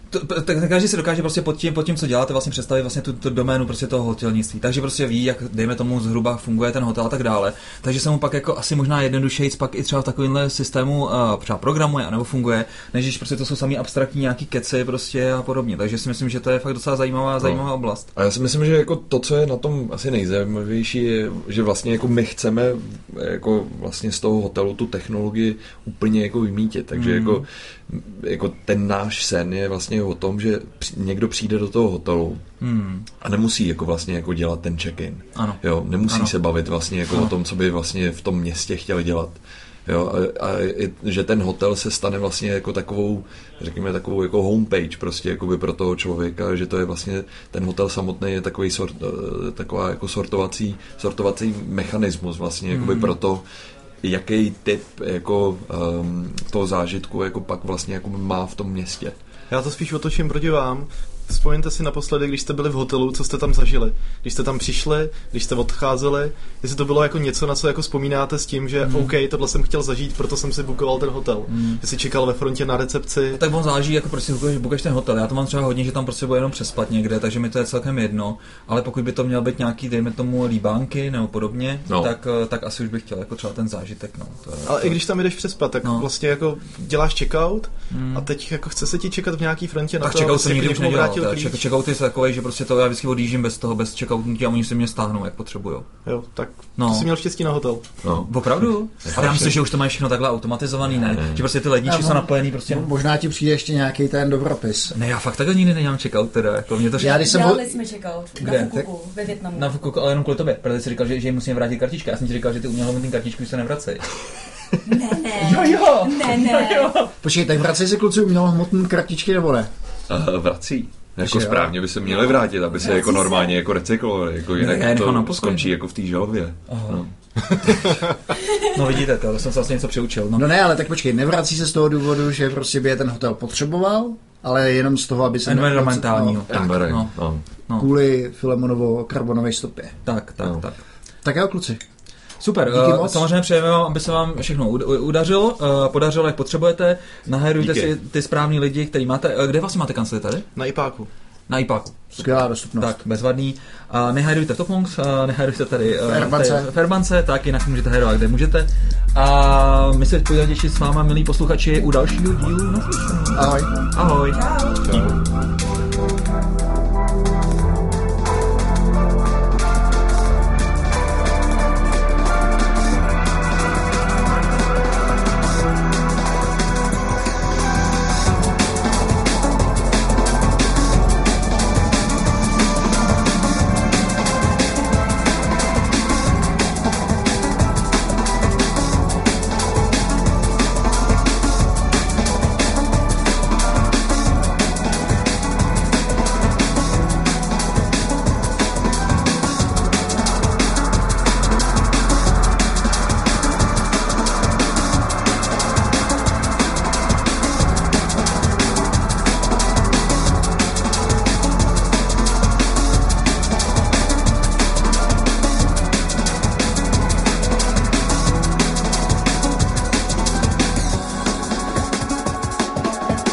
Každý si dokáže prostě pod tím, co děláte, vlastně představit vlastně tu doménu prostě toho hotelnictví. Takže prostě ví, jak dejme tomu zhruba funguje ten hotel a tak dále. Takže se mu pak jako asi možná jednodušeji pak i třeba v takovémhle systému třeba programuje nebo funguje, než když prostě to jsou samý abstraktní nějaký keci prostě a podobně. Takže si myslím, že to je fakt docela zajímavá oblast. A já si myslím, že jako to, co je na tom asi nejzajímavější, je, že vlastně jako my chceme jako vlastně z toho hotelu tu technologii úplně jako vymítit. Takže jako ten náš sen je vlastně o tom, že někdo přijde do toho hotelu a nemusí jako vlastně jako dělat ten check-in. Ano. Jo, nemusí ano. se bavit vlastně jako o tom, co by vlastně v tom městě chtěli dělat. Jo, a že ten hotel se stane vlastně jako takovou, řekněme, takovou jako homepage prostě jakoby pro toho člověka, že to je vlastně, ten hotel samotný je takový taková jako sortovací mechanismus vlastně jakoby pro to, jaký typ jako toho zážitku jako pak vlastně jako má v tom městě. Já to spíš otočím proti vám. Vzpomeňte si naposledy, když jste byli v hotelu, co jste tam zažili. Když jste tam přišli, když jste odcházeli, jestli to bylo jako něco, na co jako vzpomínáte s tím, že OK, tohle jsem chtěl zažít, proto jsem si bookoval ten hotel. Že si čekal ve frontě na recepci. Tak on záleží, jako prostě bookuješ ten hotel. Já to mám třeba hodně, že tam prostě bude jenom přespat někde, takže mi to je celkem jedno. Ale pokud by to měl být nějaký, dejme tomu, líbánky nebo podobně, tak asi už bych chtěl jako třeba ten zážitek. No. Ale i když tam jdeš přespat, tak vlastně jako děláš checkout a teď jako chce se ti čekat v nějaký frontě na to. Checkout jsem nikdy už nedělal. Checkout je takový, že prostě to já vždycky odjíždím bez checkoutnutí a oni si mě stáhnou, jak potřebujou. Jo, tak to jsi měl štěstí na hotel. No. Opravdu? Ale já myslím, že už to mají všechno takhle automatizovaný, ne? Že prostě ty ledničky jsou napojený prostě. Možná ti přijde ještě nějaký ten dobropis. Ne, já fakt takhle nikdy nedělám checkout teda, jako mě to dělali jsme checkout na Fukuoku ve Vietnamu. Na Fukuoku, ale jenom kvůli tobě, protože jsi říkal, že jim musíme vrátit kartička. Já jsem ti říkal, že ty uměl hmotný kartičku se nevracej. Ne. Jo. Počkej, tak vracej si kluci uměl hmotný kartičky nebo ne? Vrací. Jako správně by se měli vrátit, aby se jako normálně jako recyklovali, jako jinak to skončí jako v té žalobě. No vidíte, to jsem se vlastně něco přiučil. No ne, ale tak počkej, nevrací se z toho důvodu, že prostě by je ten hotel potřeboval, ale jenom z toho, aby se... Environmentálního. No. Kvůli Filemonovo-karbonové stopě. Tak. Tak jo, kluci. Super, samozřejmě přejeme vám, aby se vám všechno podařilo, jak potřebujete. Nahajrujte si ty správný lidi, který máte. Kde vlastně máte kanceli tady? Na IPáku. Na IPáku. Skvělá dostupnost. Tak, bezvadný. Nehajrujte v Topmonks, nehajrujte tady v Airbance, tak jinak můžete hajrovat, kde můžete. A my se budeme těšit s váma, milí posluchači, u dalšího dílu. Ahoj. Ahoj. Čau.